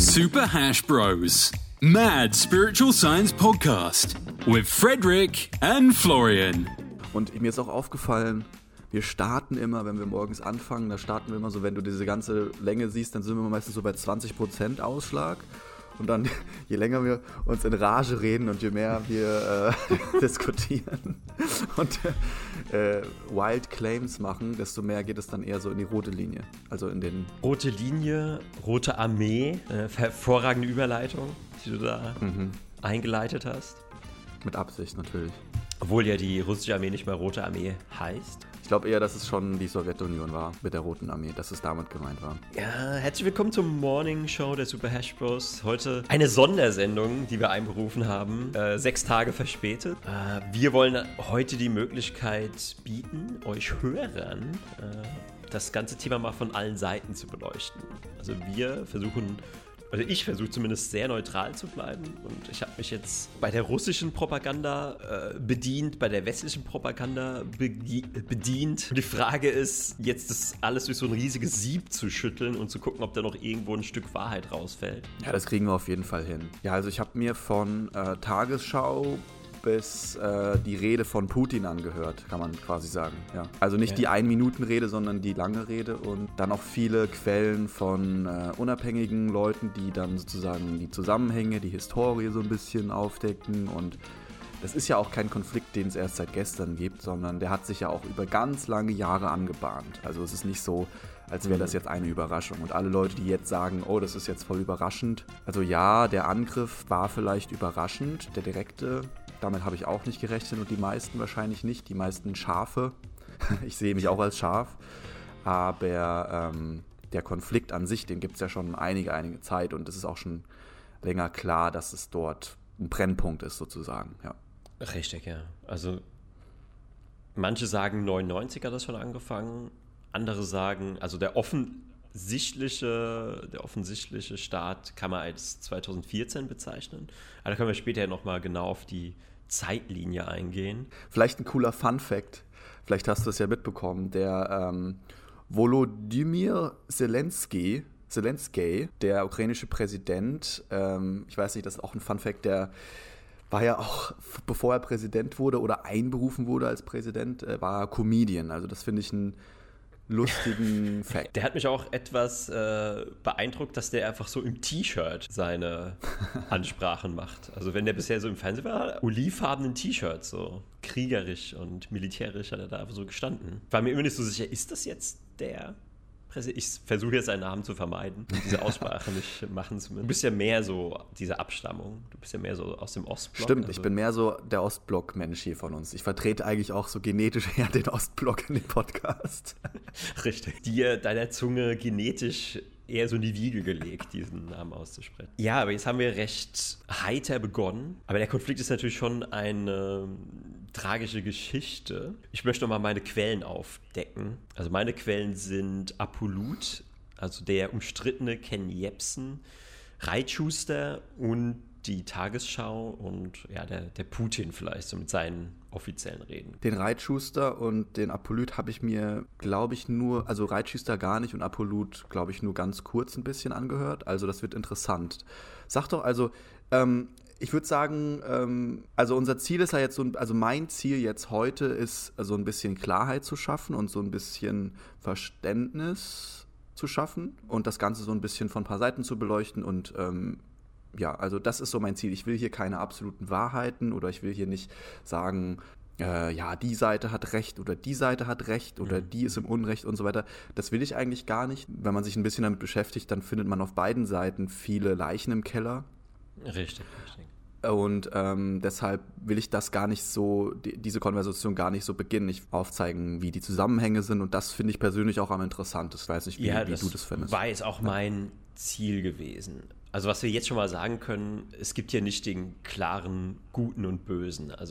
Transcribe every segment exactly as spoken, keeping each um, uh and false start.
Super Hash Bros. Mad Spiritual Science Podcast with Frederick and Florian. Und mir ist auch aufgefallen, wir starten immer, wenn wir morgens anfangen, da starten wir immer so, wenn du diese ganze Länge siehst, dann sind wir meistens so bei zwanzig Prozent Ausschlag. Und dann, je länger wir uns in Rage reden und je mehr wir äh, diskutieren und äh, Wild Claims machen, desto mehr geht es dann eher so in die rote Linie. Also in den... Rote Linie, Rote Armee, äh, hervorragende Überleitung, die du da mhm. eingeleitet hast. Mit Absicht natürlich. Obwohl ja die russische Armee nicht mehr Rote Armee heißt. Ich glaube eher, dass es schon die Sowjetunion war mit der Roten Armee, dass es damit gemeint war. Ja, herzlich willkommen zur Morning Show der Super Hash Bros. Heute eine Sondersendung, die wir einberufen haben, äh, sechs Tage verspätet. Äh, wir wollen heute die Möglichkeit bieten, euch Hörern äh, das ganze Thema mal von allen Seiten zu beleuchten. Also wir versuchen... Also ich versuche zumindest sehr neutral zu bleiben und ich habe mich jetzt bei der russischen Propaganda äh, bedient, bei der westlichen Propaganda be- bedient. Und die Frage ist, jetzt das alles durch so ein riesiges Sieb zu schütteln und zu gucken, ob da noch irgendwo ein Stück Wahrheit rausfällt. Ja, das kriegen wir auf jeden Fall hin. Ja, also ich habe mir von äh, Tagesschau bis äh, die Rede von Putin angehört, kann man quasi sagen. Ja. Also nicht ja. die Ein-Minuten-Rede, sondern die lange Rede und dann auch viele Quellen von äh, unabhängigen Leuten, die dann sozusagen die Zusammenhänge, die Historie so ein bisschen aufdecken. Und das ist ja auch kein Konflikt, den es erst seit gestern gibt, sondern der hat sich ja auch über ganz lange Jahre angebahnt. Also es ist nicht so, als wäre das jetzt eine Überraschung. Und alle Leute, die jetzt sagen, oh, das ist jetzt voll überraschend. Also ja, der Angriff war vielleicht überraschend, der direkte. Damit habe ich auch nicht gerechnet und die meisten wahrscheinlich nicht. Die meisten Schafe. Ich sehe mich auch als Schaf. Aber ähm, der Konflikt an sich, den gibt es ja schon einige, einige Zeit. Und es ist auch schon länger klar, dass es dort ein Brennpunkt ist sozusagen. Ja. Richtig, ja. Also manche sagen neunundneunzig hat das schon angefangen. Andere sagen, also der offensichtliche, der offensichtliche Start kann man als zweitausendvierzehn bezeichnen. Aber da können wir später nochmal genau auf die Zeitlinie eingehen. Vielleicht ein cooler Fun-Fact, vielleicht hast du es ja mitbekommen, der ähm, Volodymyr Zelensky, Zelensky, der ukrainische Präsident, ähm, ich weiß nicht, das ist auch ein Fun-Fact, der war ja auch, bevor er Präsident wurde oder einberufen wurde als Präsident, äh, war er Comedian. Also das finde ich ein lustigen Fact. Der hat mich auch etwas äh, beeindruckt, dass der einfach so im T-Shirt seine Ansprachen macht. Also wenn der bisher so im Fernsehen war, olivfarbenen T-Shirt, so kriegerisch und militärisch hat er da einfach so gestanden. War mir immer nicht so sicher, ist das jetzt der Präsident? Ich versuche jetzt seinen Namen zu vermeiden, diese Aussprache nicht machen zu müssen. Du bist ja mehr so diese Abstammung, du bist ja mehr so aus dem Ostblock. Stimmt, also ich bin mehr so der Ostblock-Mensch hier von uns. Ich vertrete eigentlich auch so genetisch eher den Ostblock in dem Podcast. Richtig. Dir deiner Zunge genetisch eher so in die Wiege gelegt, diesen Namen auszusprechen. Ja, aber jetzt haben wir recht heiter begonnen. Aber der Konflikt ist natürlich schon eine tragische Geschichte. Ich möchte nochmal meine Quellen aufdecken. Also meine Quellen sind Apolut, also der umstrittene Ken Jebsen, Reitschuster und die Tagesschau und ja, der, der Putin vielleicht so mit seinen offiziellen Reden. Den Reitschuster und den Apolut habe ich mir, glaube ich, nur, also Reitschuster gar nicht und Apolut, glaube ich, nur ganz kurz ein bisschen angehört. Also das wird interessant. Sag doch, also, ähm, ich würde sagen, ähm, also unser Ziel ist ja jetzt so, also mein Ziel jetzt heute ist, so ein bisschen Klarheit zu schaffen und so ein bisschen Verständnis zu schaffen und das Ganze so ein bisschen von ein paar Seiten zu beleuchten und ähm, ja, also das ist so mein Ziel. Ich will hier keine absoluten Wahrheiten oder ich will hier nicht sagen, äh, ja, die Seite hat Recht oder die Seite hat Recht oder mhm. die ist im Unrecht und so weiter. Das will ich eigentlich gar nicht. Wenn man sich ein bisschen damit beschäftigt, dann findet man auf beiden Seiten viele Leichen im Keller. Richtig, richtig. Und ähm, deshalb will ich das gar nicht so, die, diese Konversation gar nicht so beginnen. Ich aufzeigen, wie die Zusammenhänge sind und das finde ich persönlich auch am interessantesten. Ich weiß nicht, wie, ja, wie du das findest. War jetzt auch ja. mein Ziel gewesen. Also was wir jetzt schon mal sagen können, es gibt hier nicht den klaren Guten und Bösen. Also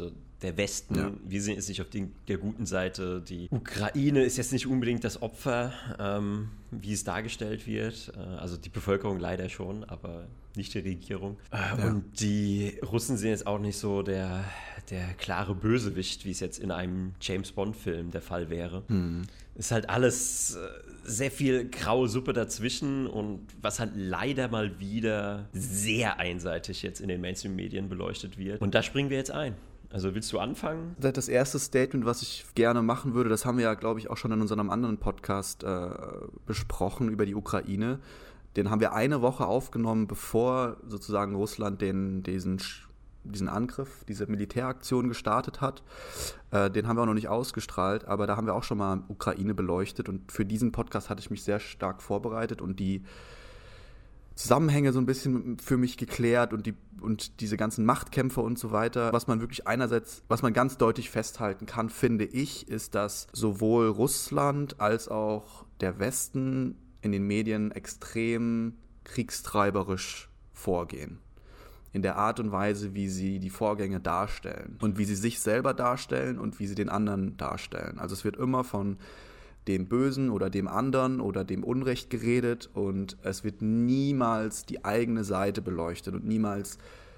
der Westen, Ja. wir sind jetzt nicht auf die, der guten Seite. Die Ukraine ist jetzt nicht unbedingt das Opfer, ähm, wie es dargestellt wird. Äh, also die Bevölkerung leider schon, aber nicht die Regierung. Äh, Ja. Und die Russen sind jetzt auch nicht so der, der klare Bösewicht, wie es jetzt in einem James-Bond-Film der Fall wäre. Mhm. Ist halt alles äh, sehr viel graue Suppe dazwischen und was halt leider mal wieder sehr einseitig jetzt in den Mainstream-Medien beleuchtet wird. Und da springen wir jetzt ein. Also willst du anfangen? Das erste Statement, was ich gerne machen würde, das haben wir ja, glaube ich, auch schon in unserem anderen Podcast äh, besprochen über die Ukraine. Den haben wir eine Woche aufgenommen, bevor sozusagen Russland den, diesen, diesen Angriff, diese Militäraktion gestartet hat. Äh, den haben wir auch noch nicht ausgestrahlt, aber da haben wir auch schon mal Ukraine beleuchtet. Und für diesen Podcast hatte ich mich sehr stark vorbereitet und die Zusammenhänge so ein bisschen für mich geklärt und die und diese ganzen Machtkämpfe und so weiter. Was man wirklich einerseits, was man ganz deutlich festhalten kann, finde ich, ist, dass sowohl Russland als auch der Westen in den Medien extrem kriegstreiberisch vorgehen. In der Art und Weise, wie sie die Vorgänge darstellen und wie sie sich selber darstellen und wie sie den anderen darstellen. Also es wird immer von dem Bösen oder dem anderen oder dem Unrecht geredet und es wird niemals die eigene Seite beleuchtet und niemals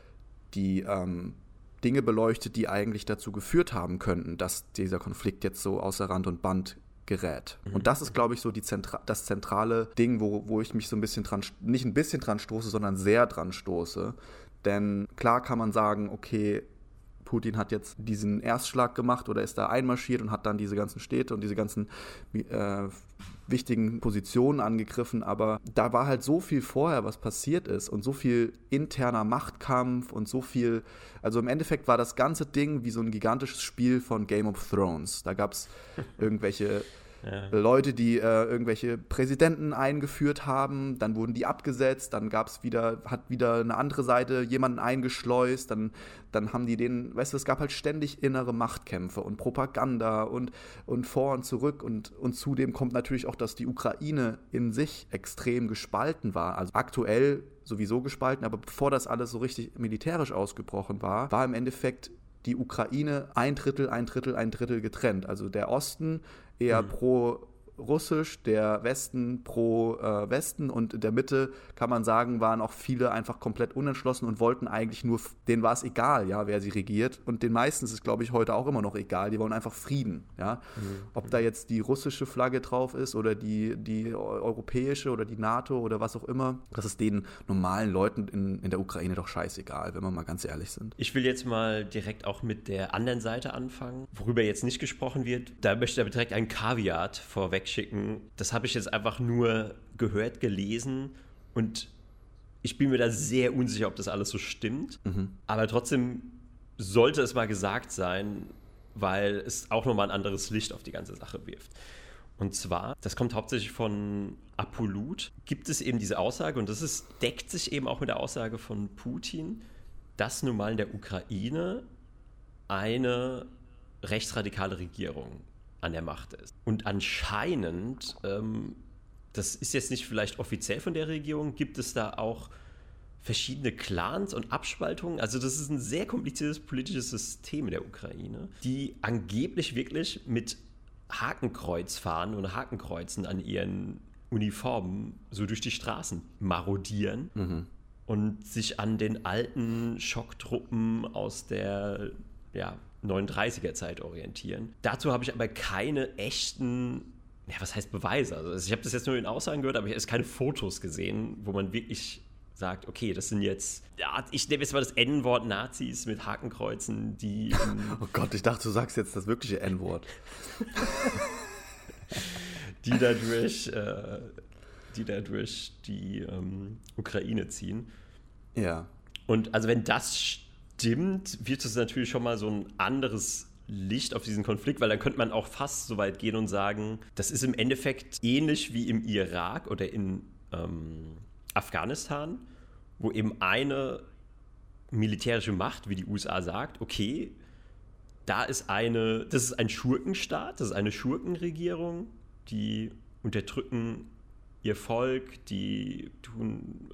die ähm, Dinge beleuchtet, die eigentlich dazu geführt haben könnten, dass dieser Konflikt jetzt so außer Rand und Band gerät. Mhm. Und das ist, glaube ich, so die Zentra- das zentrale Ding, wo, wo ich mich so ein bisschen dran, nicht ein bisschen dran stoße, sondern sehr dran stoße. Denn klar kann man sagen, okay, Putin hat jetzt diesen Erstschlag gemacht oder ist da einmarschiert und hat dann diese ganzen Städte und diese ganzen äh, wichtigen Positionen angegriffen. Aber da war halt so viel vorher, was passiert ist und so viel interner Machtkampf und so viel, also im Endeffekt war das ganze Ding wie so ein gigantisches Spiel von Game of Thrones. Da gab es irgendwelche Ja. Leute, die äh, irgendwelche Präsidenten eingeführt haben, dann wurden die abgesetzt, dann gab's wieder, hat wieder eine andere Seite jemanden eingeschleust, dann, dann haben die den, weißt du, es gab halt ständig innere Machtkämpfe und Propaganda und, und vor und zurück und, und zudem kommt natürlich auch, dass die Ukraine in sich extrem gespalten war, also aktuell sowieso gespalten, aber bevor das alles so richtig militärisch ausgebrochen war, war im Endeffekt die Ukraine ein Drittel, ein Drittel, ein Drittel getrennt. Also der Osten eher mhm. pro-russisch, der Westen pro-Westen äh, und in der Mitte, kann man sagen, waren auch viele einfach komplett unentschlossen und wollten eigentlich nur, denen war es egal, ja, wer sie regiert. Und den meisten ist es, glaube ich, heute auch immer noch egal. Die wollen einfach Frieden. Ja? Mhm. Ob da jetzt die russische Flagge drauf ist oder die, die europäische oder die NATO oder was auch immer, das ist den normalen Leuten in, in der Ukraine doch scheißegal, wenn wir mal ganz ehrlich sind. Ich will jetzt mal direkt auch mit der anderen Seite anfangen, worüber jetzt nicht gesprochen wird. Da möchte ich aber direkt ein Kaviat vorweg schicken. Das habe ich jetzt einfach nur gehört, gelesen und ich bin mir da sehr unsicher, ob das alles so stimmt. Mhm. Aber trotzdem sollte es mal gesagt sein, weil es auch nochmal ein anderes Licht auf die ganze Sache wirft. Und zwar, das kommt hauptsächlich von Apolut, gibt es eben diese Aussage und das ist, deckt sich eben auch mit der Aussage von Putin, dass nun mal in der Ukraine eine rechtsradikale Regierung an der Macht ist. Und anscheinend, ähm, das ist jetzt nicht vielleicht offiziell von der Regierung, gibt es da auch verschiedene Clans und Abspaltungen. Also das ist ein sehr kompliziertes politisches System in der Ukraine, die angeblich wirklich mit Hakenkreuzfahnen und Hakenkreuzen an ihren Uniformen so durch die Straßen marodieren mhm. und sich an den alten Schocktruppen aus der ja, neununddreißiger-Zeit orientieren. Dazu habe ich aber keine echten, ja, was heißt Beweise? Also ich habe das jetzt nur in Aussagen gehört, aber ich habe jetzt keine Fotos gesehen, wo man wirklich sagt, okay, das sind jetzt, ja, ich nehme jetzt mal das N-Wort Nazis mit Hakenkreuzen, die... Oh Gott, ich dachte, du sagst jetzt das wirkliche N-Wort. die dadurch, äh, die dadurch die ähm, Ukraine ziehen. Ja. Und also wenn das stimmt, wird es natürlich schon mal so ein anderes Licht auf diesen Konflikt, weil dann könnte man auch fast so weit gehen und sagen, das ist im Endeffekt ähnlich wie im Irak oder in ähm, Afghanistan, wo eben eine militärische Macht, wie die U S A sagt, okay, da ist eine, das ist ein Schurkenstaat, das ist eine Schurkenregierung, die unterdrücken ihr Volk, die tun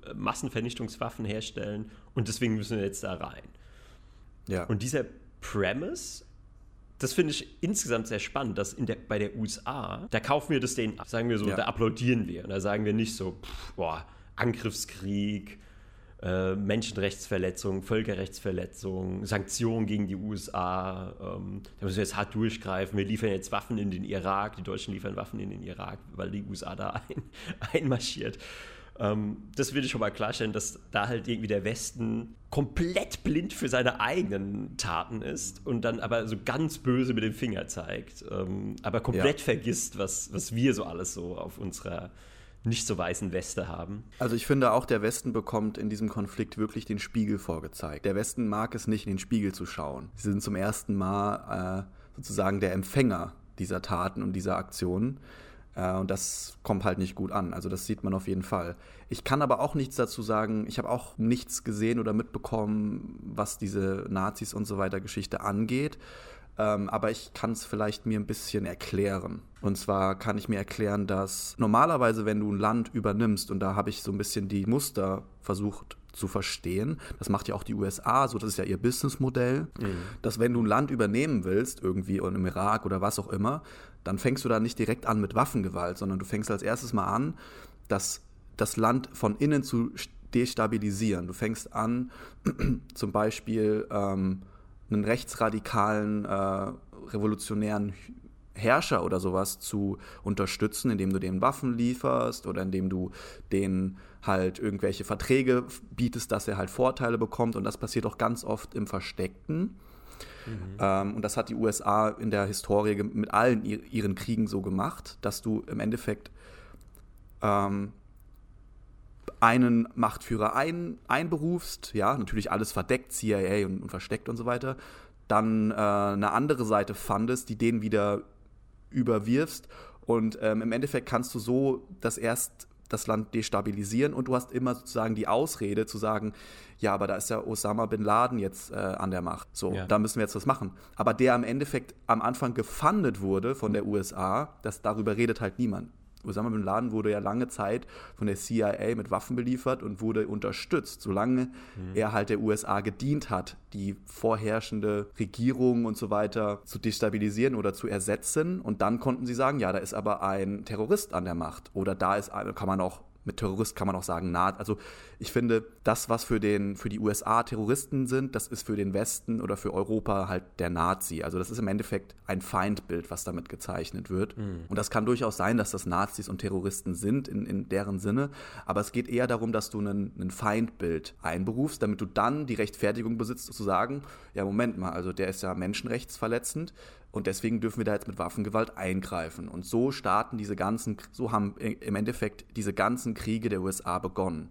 Massenvernichtungswaffen herstellen und deswegen müssen wir jetzt da rein. Ja. Und dieser Premise das finde ich insgesamt sehr spannend, dass in der, bei der U S A, da kaufen wir das denen ab, sagen wir so, ja. da applaudieren wir. Und da sagen wir nicht so, pff, boah, Angriffskrieg, äh, Menschenrechtsverletzungen, Völkerrechtsverletzungen, Sanktionen gegen die U S A, ähm, da müssen wir jetzt hart durchgreifen, wir liefern jetzt Waffen in den Irak, die Deutschen liefern Waffen in den Irak, weil die U S A da ein, einmarschiert. Ähm, das will ich schon mal klarstellen, dass da halt irgendwie der Westen komplett blind für seine eigenen Taten ist und dann aber so ganz böse mit dem Finger zeigt, ähm, aber komplett ja. vergisst, was, was wir so alles so auf unserer nicht so weißen Weste haben. Also ich finde auch, der Westen bekommt in diesem Konflikt wirklich den Spiegel vorgezeigt. Der Westen mag es nicht, in den Spiegel zu schauen. Sie sind zum ersten Mal äh, sozusagen der Empfänger dieser Taten und dieser Aktionen. Äh, und das kommt halt nicht gut an. Also das sieht man auf jeden Fall. Ich kann aber auch nichts dazu sagen. Ich habe auch nichts gesehen oder mitbekommen, was diese Nazis und so weiter Geschichte angeht. Ähm, aber ich kann es vielleicht mir ein bisschen erklären. Und zwar kann ich mir erklären, dass normalerweise, wenn du ein Land übernimmst, und da habe ich so ein bisschen die Muster versucht zu verstehen, das macht ja auch die U S A so, das ist ja ihr Businessmodell, mhm. dass wenn du ein Land übernehmen willst, irgendwie und im Irak oder was auch immer, dann fängst du da nicht direkt an mit Waffengewalt, sondern du fängst als erstes mal an, das, das Land von innen zu destabilisieren. Du fängst an, zum Beispiel ähm, einen rechtsradikalen, äh, revolutionären Herrscher oder sowas zu unterstützen, indem du denen Waffen lieferst oder indem du denen halt irgendwelche Verträge bietest, dass er halt Vorteile bekommt. Und das passiert auch ganz oft im Versteckten. Mhm. Ähm, und das hat die U S A in der Historie mit allen ihren Kriegen so gemacht, dass du im Endeffekt ähm, einen Machtführer ein, einberufst, ja, natürlich alles verdeckt, C I A und, und versteckt und so weiter, dann äh, eine andere Seite fandest, die den wieder überwirfst und ähm, im Endeffekt kannst du so das erst das Land destabilisieren und du hast immer sozusagen die Ausrede zu sagen, ja, aber da ist ja Osama Bin Laden jetzt äh, an der Macht, so, ja. da müssen wir jetzt was machen. Aber der im Endeffekt am Anfang gefundet wurde von der U S A, das, darüber redet halt niemand. Osama Bin Laden wurde ja lange Zeit von der C I A mit Waffen beliefert und wurde unterstützt, solange mhm. er halt der U S A gedient hat, die vorherrschende Regierung und so weiter zu destabilisieren oder zu ersetzen. Und dann konnten sie sagen, ja, da ist aber ein Terrorist an der Macht. Oder da ist, kann man auch, mit Terrorist kann man auch sagen, nah. Also ich finde, das, was für, den, für die U S A Terroristen sind, das ist für den Westen oder für Europa halt der Nazi. Also das ist im Endeffekt ein Feindbild, was damit gezeichnet wird. Mhm. Und das kann durchaus sein, dass das Nazis und Terroristen sind in, in deren Sinne. Aber es geht eher darum, dass du ein, ein Feindbild einberufst, damit du dann die Rechtfertigung besitzt, zu sagen, ja, Moment mal, also der ist ja menschenrechtsverletzend. Und deswegen dürfen wir da jetzt mit Waffengewalt eingreifen. Und so starten diese ganzen, so haben im Endeffekt diese ganzen Kriege der U S A begonnen.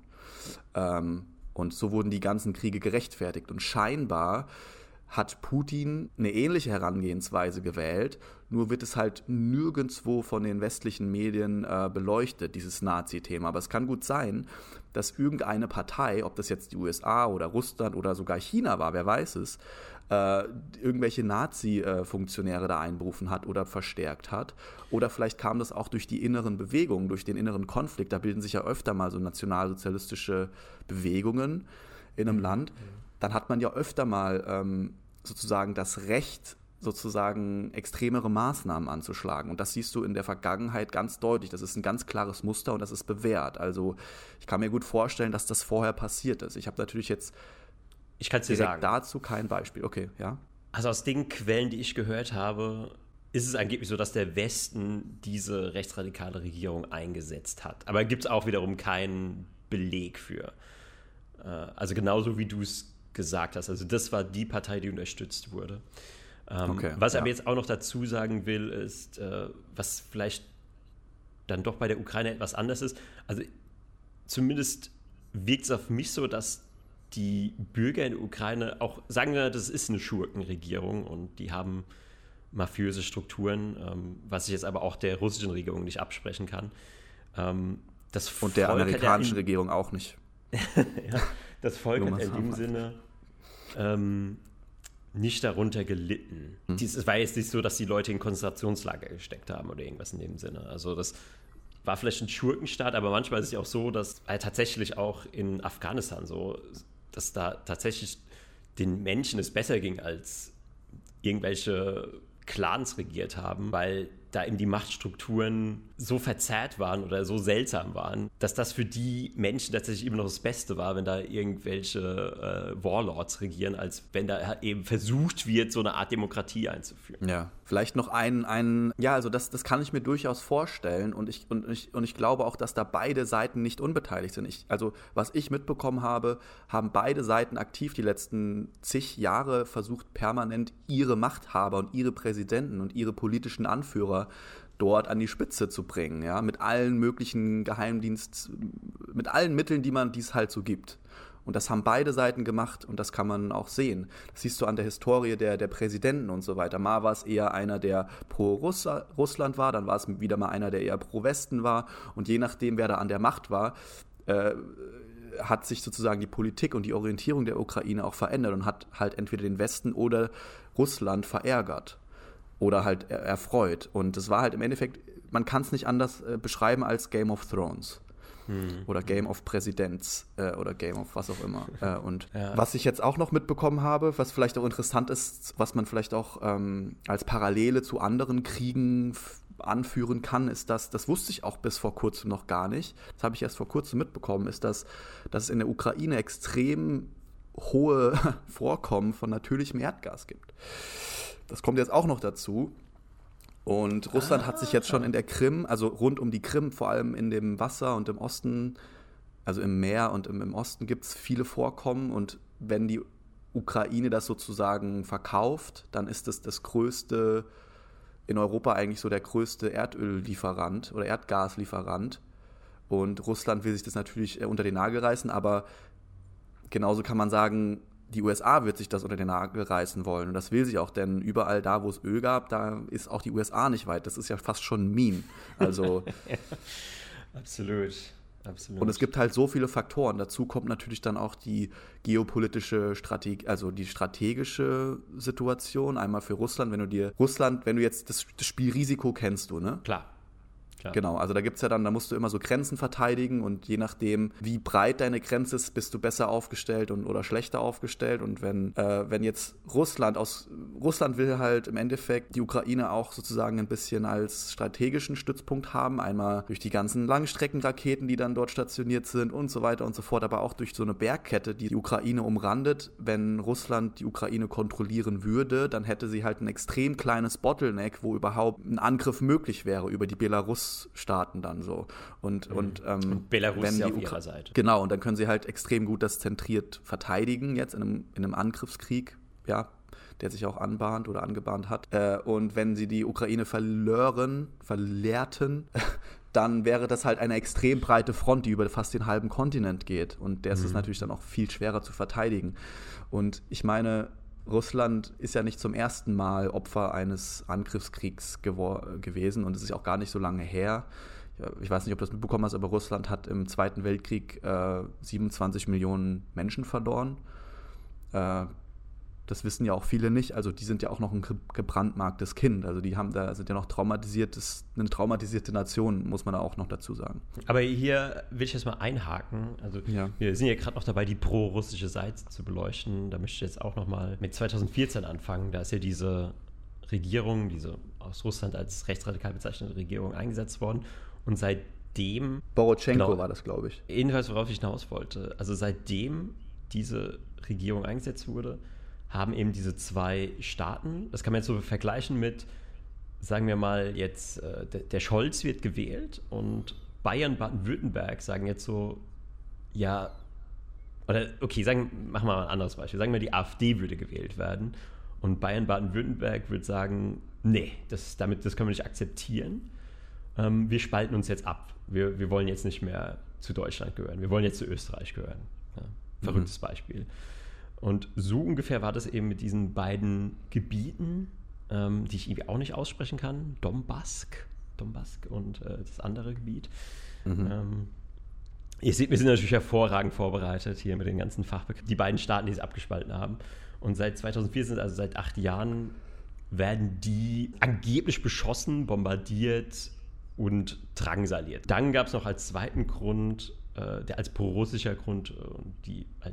Ähm, und so wurden die ganzen Kriege gerechtfertigt. Und scheinbar hat Putin eine ähnliche Herangehensweise gewählt, nur wird es halt nirgendwo von den westlichen Medien äh, beleuchtet, dieses Nazi-Thema. Aber es kann gut sein, dass irgendeine Partei, ob das jetzt die U S A oder Russland oder sogar China war, wer weiß es, äh, irgendwelche Nazi-Funktionäre da einberufen hat oder verstärkt hat. Oder vielleicht kam das auch durch die inneren Bewegungen, durch den inneren Konflikt. Da bilden sich ja öfter mal so nationalsozialistische Bewegungen in einem Land. Dann hat man ja öfter mal ähm, sozusagen das Recht, sozusagen extremere Maßnahmen anzuschlagen. Und das siehst du in der Vergangenheit ganz deutlich. Das ist ein ganz klares Muster und das ist bewährt. Also ich kann mir gut vorstellen, dass das vorher passiert ist. Ich habe natürlich jetzt ich kann's dir direkt sagen. dazu kein Beispiel. Okay, ja. Also aus den Quellen, die ich gehört habe, ist es angeblich so, dass der Westen diese rechtsradikale Regierung eingesetzt hat. Aber gibt es auch wiederum keinen Beleg für. Also genauso wie du es gesagt hast. Also das war die Partei, die unterstützt wurde. Ähm, okay, was ich ja. aber jetzt auch noch dazu sagen will, ist, äh, was vielleicht dann doch bei der Ukraine etwas anders ist. Also zumindest wirkt es auf mich so, dass die Bürger in der Ukraine auch sagen, das ist eine Schurkenregierung und die haben mafiöse Strukturen, ähm, was ich jetzt aber auch der russischen Regierung nicht absprechen kann. Ähm, das und der Volk amerikanischen ja in, Regierung auch nicht. ja, das Volk hat in dem Sinne ähm, nicht darunter gelitten. Hm. Es war jetzt nicht so, dass die Leute in Konzentrationslager gesteckt haben oder irgendwas in dem Sinne. Also das war vielleicht ein Schurkenstaat, aber manchmal ist es ja auch so, dass äh, tatsächlich auch in Afghanistan so, dass da tatsächlich den Menschen es besser ging als irgendwelche Clans regiert haben, weil da eben die Machtstrukturen so verzerrt waren oder so seltsam waren, dass das für die Menschen tatsächlich immer noch das Beste war, wenn da irgendwelche äh, Warlords regieren, als wenn da eben versucht wird, so eine Art Demokratie einzuführen. Ja, vielleicht noch ein, ein ja, also das, das kann ich mir durchaus vorstellen und ich, und, ich, und ich glaube auch, dass da beide Seiten nicht unbeteiligt sind. Ich, also was ich mitbekommen habe, haben beide Seiten aktiv die letzten zig Jahre versucht, permanent ihre Machthaber und ihre Präsidenten und ihre politischen Anführer dort an die Spitze zu bringen, ja, mit allen möglichen Geheimdienst, mit allen Mitteln, die man dies halt so gibt. Und das haben beide Seiten gemacht und das kann man auch sehen. Das siehst du an der Historie der, der Präsidenten und so weiter. Mal war es eher einer, der pro Russland war, dann war es wieder mal einer, der eher pro Westen war. Und je nachdem, wer da an der Macht war, äh, hat sich sozusagen die Politik und die Orientierung der Ukraine auch verändert und hat halt entweder den Westen oder Russland verärgert. Oder halt erfreut. Und das war halt im Endeffekt, man kann es nicht anders äh, beschreiben als Game of Thrones. Hm. Oder Game of Presidents äh, oder Game of was auch immer. äh, und ja. Was ich jetzt auch noch mitbekommen habe, was vielleicht auch interessant ist, was man vielleicht auch ähm, als Parallele zu anderen Kriegen f- anführen kann, ist, dass, das wusste ich auch bis vor kurzem noch gar nicht, das habe ich erst vor kurzem mitbekommen, ist, dass, dass es in der Ukraine extrem hohe Vorkommen von natürlichem Erdgas gibt. Das kommt jetzt auch noch dazu. Und Russland ah, hat sich jetzt schon in der Krim, also rund um die Krim, vor allem in dem Wasser und im Osten, also im Meer und im, im Osten gibt es viele Vorkommen. Und wenn die Ukraine das sozusagen verkauft, dann ist es das größte, in Europa eigentlich so der größte Erdöllieferant oder Erdgaslieferant. Und Russland will sich das natürlich unter den Nagel reißen, aber genauso kann man sagen, die U S A wird sich das unter den Nagel reißen wollen. Und das will sie auch, denn überall da, wo es Öl gab, da ist auch die U S A nicht weit. Das ist ja fast schon ein Meme. Also, ja, absolut, absolut. Und es gibt halt so viele Faktoren. Dazu kommt natürlich dann auch die geopolitische Strategie, also die strategische Situation. Einmal für Russland, wenn du dir, Russland, wenn du jetzt, das, das Spielrisiko kennst du, ne? Klar. Klar. Genau, also da gibt's ja dann, da musst du immer so Grenzen verteidigen und je nachdem, wie breit deine Grenze ist, bist du besser aufgestellt und oder schlechter aufgestellt. Und wenn, äh, wenn jetzt Russland aus Russland will halt im Endeffekt die Ukraine auch sozusagen ein bisschen als strategischen Stützpunkt haben, einmal durch die ganzen Langstreckenraketen, die dann dort stationiert sind und so weiter und so fort, aber auch durch so eine Bergkette, die die Ukraine umrandet. Wenn Russland die Ukraine kontrollieren würde, dann hätte sie halt ein extrem kleines Bottleneck, wo überhaupt ein Angriff möglich wäre über die Belarus Staaten dann so. Und, mhm. und, ähm, und Belarus wenn ist ja die auf Ukra- ihrer Seite. Genau, und dann können sie halt extrem gut das zentriert verteidigen, jetzt in einem, in einem Angriffskrieg, ja, der sich auch anbahnt oder angebahnt hat. Äh, und wenn sie die Ukraine verlören, verleerten, dann wäre das halt eine extrem breite Front, die über fast den halben Kontinent geht. Und der ist es mhm. natürlich dann auch viel schwerer zu verteidigen. Und ich meine, Russland ist ja nicht zum ersten Mal Opfer eines Angriffskriegs gewor- gewesen und es ist ja auch gar nicht so lange her. Ich weiß nicht, ob du das mitbekommen hast, aber Russland hat im Zweiten Weltkrieg äh, siebenundzwanzig Millionen Menschen verloren. Äh, das wissen ja auch viele nicht. Also die sind ja auch noch ein gebrandmarktes Kind. Also die haben da sind ja noch traumatisiertes, eine traumatisierte Nation, muss man da auch noch dazu sagen. Aber hier will ich jetzt mal einhaken. Also ja. Wir sind ja gerade noch dabei, die pro-russische Seite zu beleuchten. Da möchte ich jetzt auch noch mal mit zweitausendvierzehn anfangen. Da ist ja diese Regierung, diese aus Russland als rechtsradikal bezeichnete Regierung eingesetzt worden. Und seitdem... Poroshenko genau, war das, glaube ich. Jedenfalls, worauf ich hinaus wollte. Also seitdem diese Regierung eingesetzt wurde, haben eben diese zwei Staaten, das kann man jetzt so vergleichen mit, sagen wir mal jetzt, äh, der, der Scholz wird gewählt und Bayern, Baden-Württemberg sagen jetzt so, ja, oder okay, sagen, machen wir mal ein anderes Beispiel, sagen wir, die AfD würde gewählt werden und Bayern, Baden-Württemberg würde sagen, nee, das, damit, das können wir nicht akzeptieren, ähm, wir spalten uns jetzt ab, wir, wir wollen jetzt nicht mehr zu Deutschland gehören, wir wollen jetzt zu Österreich gehören. Ja, verrücktes mhm. Beispiel. Und so ungefähr war das eben mit diesen beiden Gebieten, ähm, die ich irgendwie auch nicht aussprechen kann. Donbask, Donbask und äh, das andere Gebiet. Mhm. Ähm, ihr seht, wir sind natürlich hervorragend vorbereitet hier mit den ganzen Fachbegriffen. Die beiden Staaten, die es abgespalten haben. Und seit zweitausendvierzehn, also seit acht Jahren, werden die angeblich beschossen, bombardiert und drangsaliert. Dann gab es noch als zweiten Grund, äh, der als pro-russischer Grund, äh, die als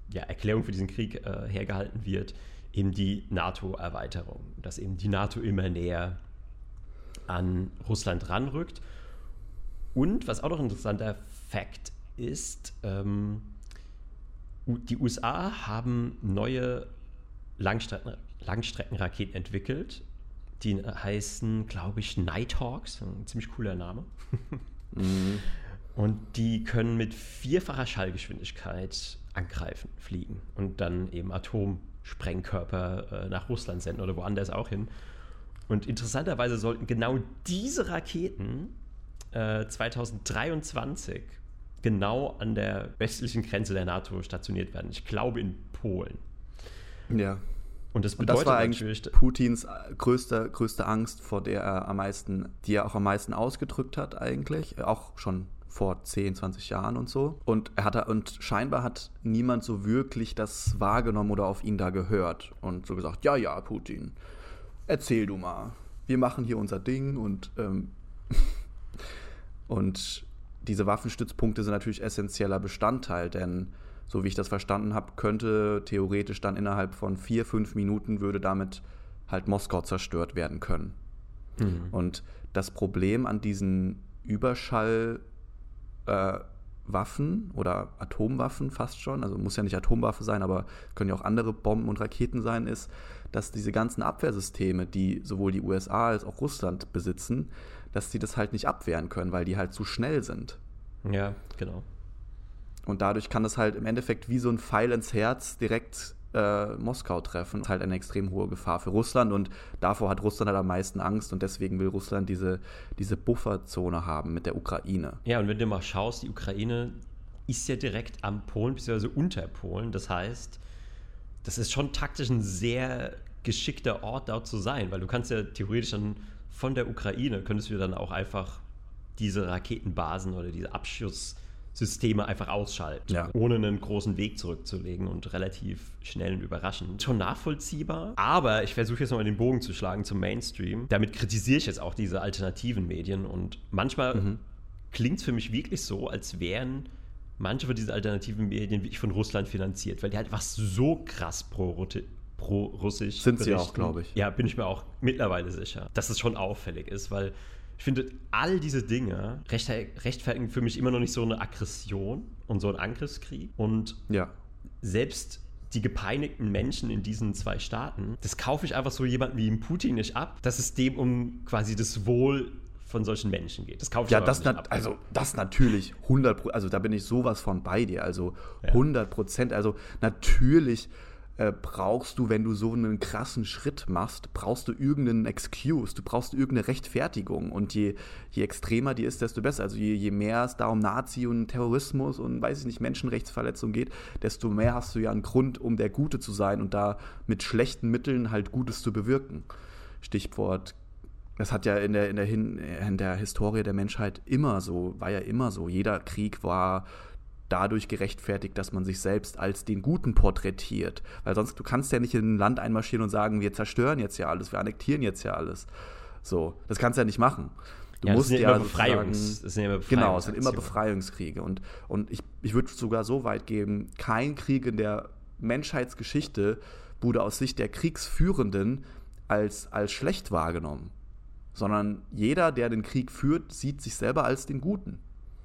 ja, Erklärung für diesen Krieg äh, hergehalten wird, eben die NATO-Erweiterung, dass eben die NATO immer näher an Russland ranrückt. Und was auch noch ein interessanter Fakt ist, ähm, die U S A haben neue Langstrecken, Langstreckenraketen entwickelt, die heißen, glaube ich, Nighthawks, ein ziemlich cooler Name. Mhm. Und die können mit vierfacher Schallgeschwindigkeit angreifen, fliegen und dann eben Atomsprengkörper äh, nach Russland senden oder woanders auch hin. Und interessanterweise sollten genau diese Raketen äh, zwanzig dreiundzwanzig genau an der westlichen Grenze der NATO stationiert werden. Ich glaube in Polen. Ja. Und das bedeutet und das war natürlich eigentlich Putins größte, größte Angst, vor der er am meisten, die er auch am meisten ausgedrückt hat eigentlich, auch schon vor zehn, zwanzig Jahren und so. Und er hatte, und scheinbar hat niemand so wirklich das wahrgenommen oder auf ihn da gehört und so gesagt, ja, ja, Putin, erzähl du mal. Wir machen hier unser Ding und ähm, und diese Waffenstützpunkte sind natürlich essentieller Bestandteil, denn so wie ich das verstanden habe, könnte theoretisch dann innerhalb von vier, fünf Minuten würde damit halt Moskau zerstört werden können. Mhm. Und das Problem an diesen Überschall äh, Waffen oder Atomwaffen fast schon, also muss ja nicht Atomwaffe sein, aber können ja auch andere Bomben und Raketen sein, ist, dass diese ganzen Abwehrsysteme, die sowohl die U S A als auch Russland besitzen, dass sie das halt nicht abwehren können, weil die halt zu schnell sind. Ja, genau. Und dadurch kann das halt im Endeffekt wie so ein Pfeil ins Herz direkt äh, Moskau treffen. Das ist halt eine extrem hohe Gefahr für Russland und davor hat Russland halt am meisten Angst und deswegen will Russland diese, diese Bufferzone haben mit der Ukraine. Ja, und wenn du mal schaust, die Ukraine ist ja direkt am Polen bzw. unter Polen. Das heißt, das ist schon taktisch ein sehr geschickter Ort dort zu sein, weil du kannst ja theoretisch dann von der Ukraine, könntest du dann auch einfach diese Raketenbasen oder diese Abschusssysteme einfach ausschalten, ja. ohne einen großen Weg zurückzulegen und relativ schnell und überraschend. Schon nachvollziehbar, aber ich versuche jetzt nochmal den Bogen zu schlagen zum Mainstream. Damit kritisiere ich jetzt auch diese alternativen Medien und manchmal mhm. klingt es für mich wirklich so, als wären manche von diesen alternativen Medien wirklich von Russland finanziert, weil die halt was so krass pro-russisch pro-russisch sind sie auch, glaube ich. Ja, bin ich mir auch mittlerweile sicher, dass es schon auffällig ist, weil ich finde, all diese Dinge rechtfertigen für mich immer noch nicht so eine Aggression und so einen Angriffskrieg. Und ja. selbst die gepeinigten Menschen in diesen zwei Staaten, das kaufe ich einfach so jemanden wie Putin nicht ab, dass es dem um quasi das Wohl von solchen Menschen geht. Das kaufe ich ja, aber das nicht nat- ab. Also das natürlich hundert Prozent, also da bin ich sowas von bei dir, also ja. hundert Prozent. Also natürlich Äh, brauchst du, wenn du so einen krassen Schritt machst, brauchst du irgendeinen Excuse, du brauchst irgendeine Rechtfertigung und je, je extremer die ist, desto besser. Also je, je mehr es da um Nazi und Terrorismus und, weiß ich nicht, Menschenrechtsverletzung geht, desto mehr hast du ja einen Grund, um der Gute zu sein und da mit schlechten Mitteln halt Gutes zu bewirken. Stichwort, das hat ja in der, in der, Hin- in der Historie der Menschheit immer so, war ja immer so, jeder Krieg war dadurch gerechtfertigt, dass man sich selbst als den Guten porträtiert. Weil sonst, du kannst ja nicht in ein Land einmarschieren und sagen, wir zerstören jetzt ja alles, wir annektieren jetzt ja alles. So, das kannst du ja nicht machen. Du ja, musst das sind ja immer Befreiungs, das sind immer Genau, es sind immer Befreiungskriege. Und, und ich, ich würde sogar so weit geben, kein Krieg in der Menschheitsgeschichte wurde aus Sicht der Kriegsführenden als, als schlecht wahrgenommen. Sondern jeder, der den Krieg führt, sieht sich selber als den Guten.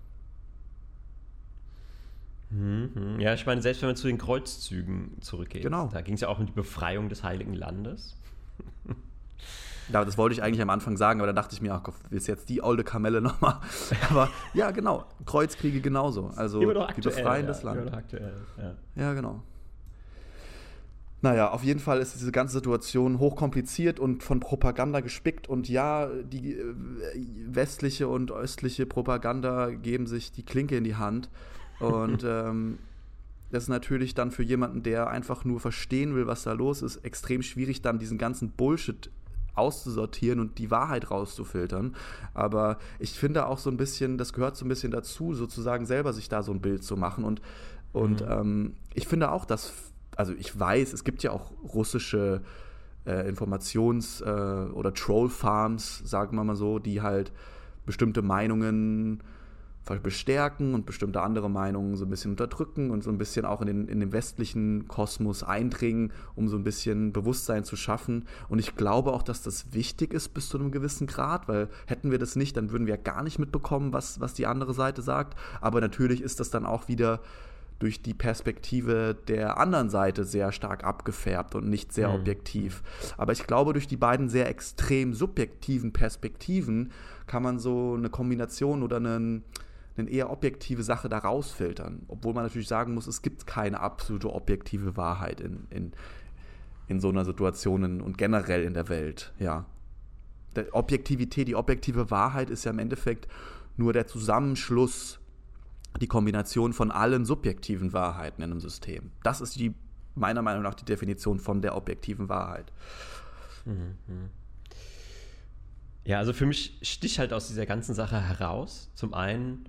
Ja, ich meine, selbst wenn man zu den Kreuzzügen zurückgeht, genau. da ging es ja auch um die Befreiung des Heiligen Landes. Ja, das wollte ich eigentlich am Anfang sagen, aber dann dachte ich mir, ach Gott, willst jetzt die alte Kamelle nochmal? Aber ja, genau, Kreuzkriege genauso. Also die befreien das Land. Immer noch aktuell, ja. Ja, genau. Naja, auf jeden Fall ist diese ganze Situation hochkompliziert und von Propaganda gespickt. Und ja, die westliche und östliche Propaganda geben sich die Klinke in die Hand. Und ähm, das ist natürlich dann für jemanden, der einfach nur verstehen will, was da los ist, extrem schwierig, dann diesen ganzen Bullshit auszusortieren und die Wahrheit rauszufiltern. Aber ich finde auch so ein bisschen, das gehört so ein bisschen dazu, sozusagen selber sich da so ein Bild zu machen. Und, und mhm. ähm, ich finde auch, dass, also ich weiß, es gibt ja auch russische äh, Informations- äh, oder Troll-Farms, sagen wir mal so, die halt bestimmte Meinungen bestärken und bestimmte andere Meinungen so ein bisschen unterdrücken und so ein bisschen auch in den, in den westlichen Kosmos eindringen, um so ein bisschen Bewusstsein zu schaffen. Und ich glaube auch, dass das wichtig ist bis zu einem gewissen Grad, weil hätten wir das nicht, dann würden wir gar nicht mitbekommen, was, was die andere Seite sagt. Aber natürlich ist das dann auch wieder durch die Perspektive der anderen Seite sehr stark abgefärbt und nicht sehr mhm. objektiv. Aber ich glaube, durch die beiden sehr extrem subjektiven Perspektiven kann man so eine Kombination oder einen eine eher objektive Sache da rausfiltern. Obwohl man natürlich sagen muss, es gibt keine absolute objektive Wahrheit in, in, in so einer Situation und generell in der Welt. Ja. Der Objektivität, die objektive Wahrheit ist ja im Endeffekt nur der Zusammenschluss, die Kombination von allen subjektiven Wahrheiten in einem System. Das ist die, meiner Meinung nach die Definition von der objektiven Wahrheit. Mhm. Ja, also für mich sticht halt aus dieser ganzen Sache heraus. Zum einen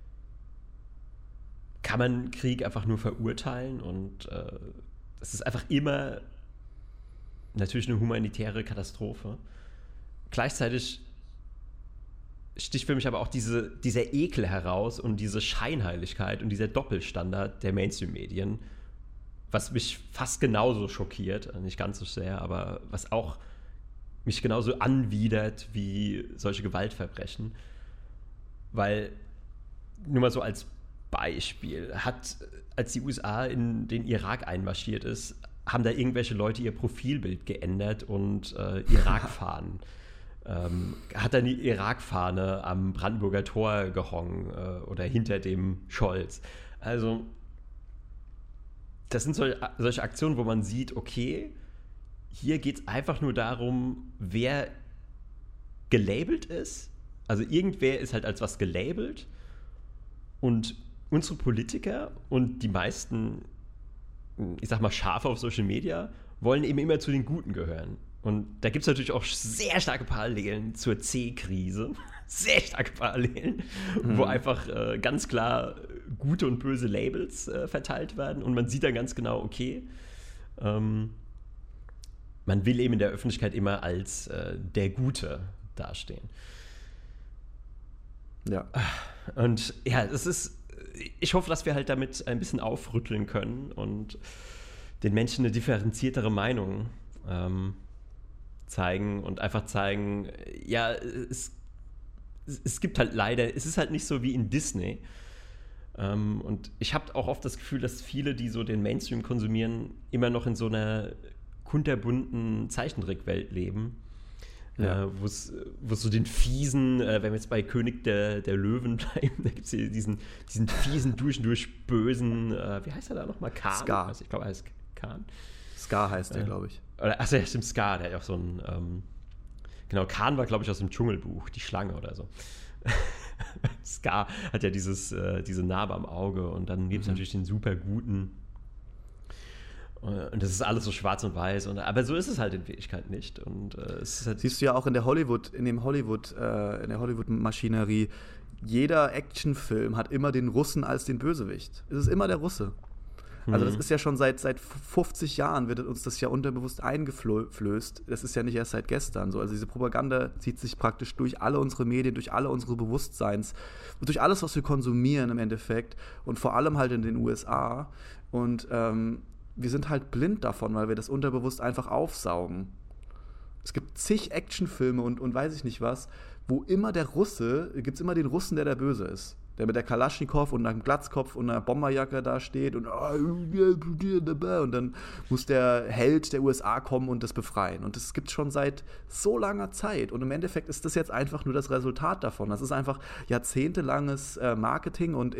kann man Krieg einfach nur verurteilen und äh, es ist einfach immer natürlich eine humanitäre Katastrophe. Gleichzeitig sticht für mich aber auch diese, dieser Ekel heraus und diese Scheinheiligkeit und dieser Doppelstandard der Mainstream-Medien, was mich fast genauso schockiert, nicht ganz so sehr, aber was auch mich genauso anwidert wie solche Gewaltverbrechen. Weil, nur mal so als Beispiel, hat, als die U S A in den Irak einmarschiert ist, haben da irgendwelche Leute ihr Profilbild geändert und äh, Irak-Fahnen. ähm, hat dann die Irak-Fahne am Brandenburger Tor gehongen äh, oder hinter dem Scholz. Also, das sind solche, solche Aktionen, wo man sieht, okay, hier geht es einfach nur darum, wer gelabelt ist. Also irgendwer ist halt als was gelabelt und unsere Politiker und die meisten, ich sag mal, Schafe auf Social Media wollen eben immer zu den Guten gehören. Und da gibt es natürlich auch sehr starke Parallelen zur C-Krise. Sehr starke Parallelen, mhm. wo einfach äh, ganz klar gute und böse Labels äh, verteilt werden. Und man sieht dann ganz genau, okay, ähm, man will eben in der Öffentlichkeit immer als äh, der Gute dastehen. Ja. Und ja, es ist, ich hoffe, dass wir halt damit ein bisschen aufrütteln können und den Menschen eine differenziertere Meinung ähm, zeigen und einfach zeigen, ja, es, es gibt halt leider, es ist halt nicht so wie in Disney. Ähm, und ich habe auch oft das Gefühl, dass viele, die so den Mainstream konsumieren, immer noch in so einer kunterbunten Zeichentrickwelt leben. Ja. Äh, wo es so den fiesen, äh, wenn wir jetzt bei König der, der Löwen bleiben, da gibt es diesen, diesen fiesen, durch und durch bösen, äh, wie heißt er da nochmal? Khan? Scar. Also ich glaube, er heißt Khan. Scar heißt der, äh, glaube ich. Achso, ja, stimmt, Scar, der hat ja auch so ein, ähm, genau, Khan war, glaube ich, aus dem Dschungelbuch, die Schlange oder so. Scar hat ja dieses, äh, diese Narbe am Auge und dann gibt es mhm. natürlich den super guten. Und das ist alles so schwarz und weiß. Und, aber so ist es halt in Wirklichkeit nicht. Und, äh, es ist halt siehst du ja auch in der Hollywood, in dem Hollywood, äh, in der Hollywood-Maschinerie, jeder Actionfilm hat immer den Russen als den Bösewicht. Es ist immer der Russe. Mhm. Also das ist ja schon seit, seit fünfzig Jahren wird uns das ja unterbewusst eingeflößt. Das ist ja nicht erst seit gestern so. Also diese Propaganda zieht sich praktisch durch alle unsere Medien, durch alle unsere Bewusstseins, durch alles, was wir konsumieren im Endeffekt und vor allem halt in den U S A. Und ähm, wir sind halt blind davon, weil wir das unterbewusst einfach aufsaugen. Es gibt zig Actionfilme und, und weiß ich nicht was, wo immer der Russe, gibt es immer den Russen, der der Böse ist. Der mit der Kalaschnikow und einem Glatzkopf und einer Bomberjacke da steht und, und dann muss der Held der U S A kommen und das befreien. Und das gibt es schon seit so langer Zeit. Und im Endeffekt ist das jetzt einfach nur das Resultat davon. Das ist einfach jahrzehntelanges äh, Marketing- und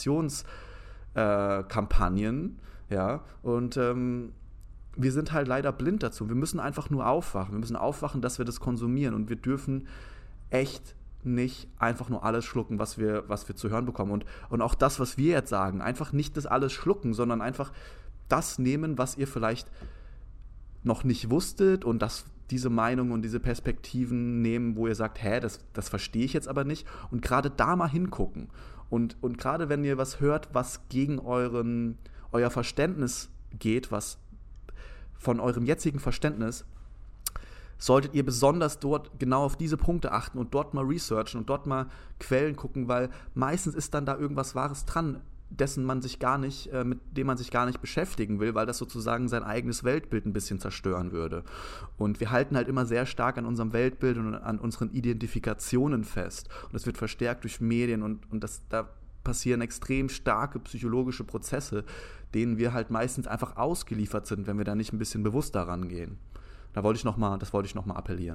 Informationskampagnen. Äh, Ja, und ähm, wir sind halt leider blind dazu. Wir müssen einfach nur aufwachen. Wir müssen aufwachen, dass wir das konsumieren. Und wir dürfen echt nicht einfach nur alles schlucken, was wir, was wir zu hören bekommen. Und, und auch das, was wir jetzt sagen, einfach nicht das alles schlucken, sondern einfach das nehmen, was ihr vielleicht noch nicht wusstet und das, diese Meinung und diese Perspektiven nehmen, wo ihr sagt, hä, das, das verstehe ich jetzt aber nicht. Und gerade da mal hingucken. Und, und gerade wenn ihr was hört, was gegen euren euer Verständnis geht, was von eurem jetzigen Verständnis, solltet ihr besonders dort genau auf diese Punkte achten und dort mal researchen und dort mal Quellen gucken, weil meistens ist dann da irgendwas Wahres dran, dessen man sich gar nicht, äh, mit dem man sich gar nicht beschäftigen will, weil das sozusagen sein eigenes Weltbild ein bisschen zerstören würde. Und wir halten halt immer sehr stark an unserem Weltbild und an unseren Identifikationen fest. Und das wird verstärkt durch Medien und, und das, da passieren extrem starke psychologische Prozesse, denen wir halt meistens einfach ausgeliefert sind, wenn wir da nicht ein bisschen bewusst daran gehen. Da wollte ich noch mal, das wollte ich nochmal appellieren.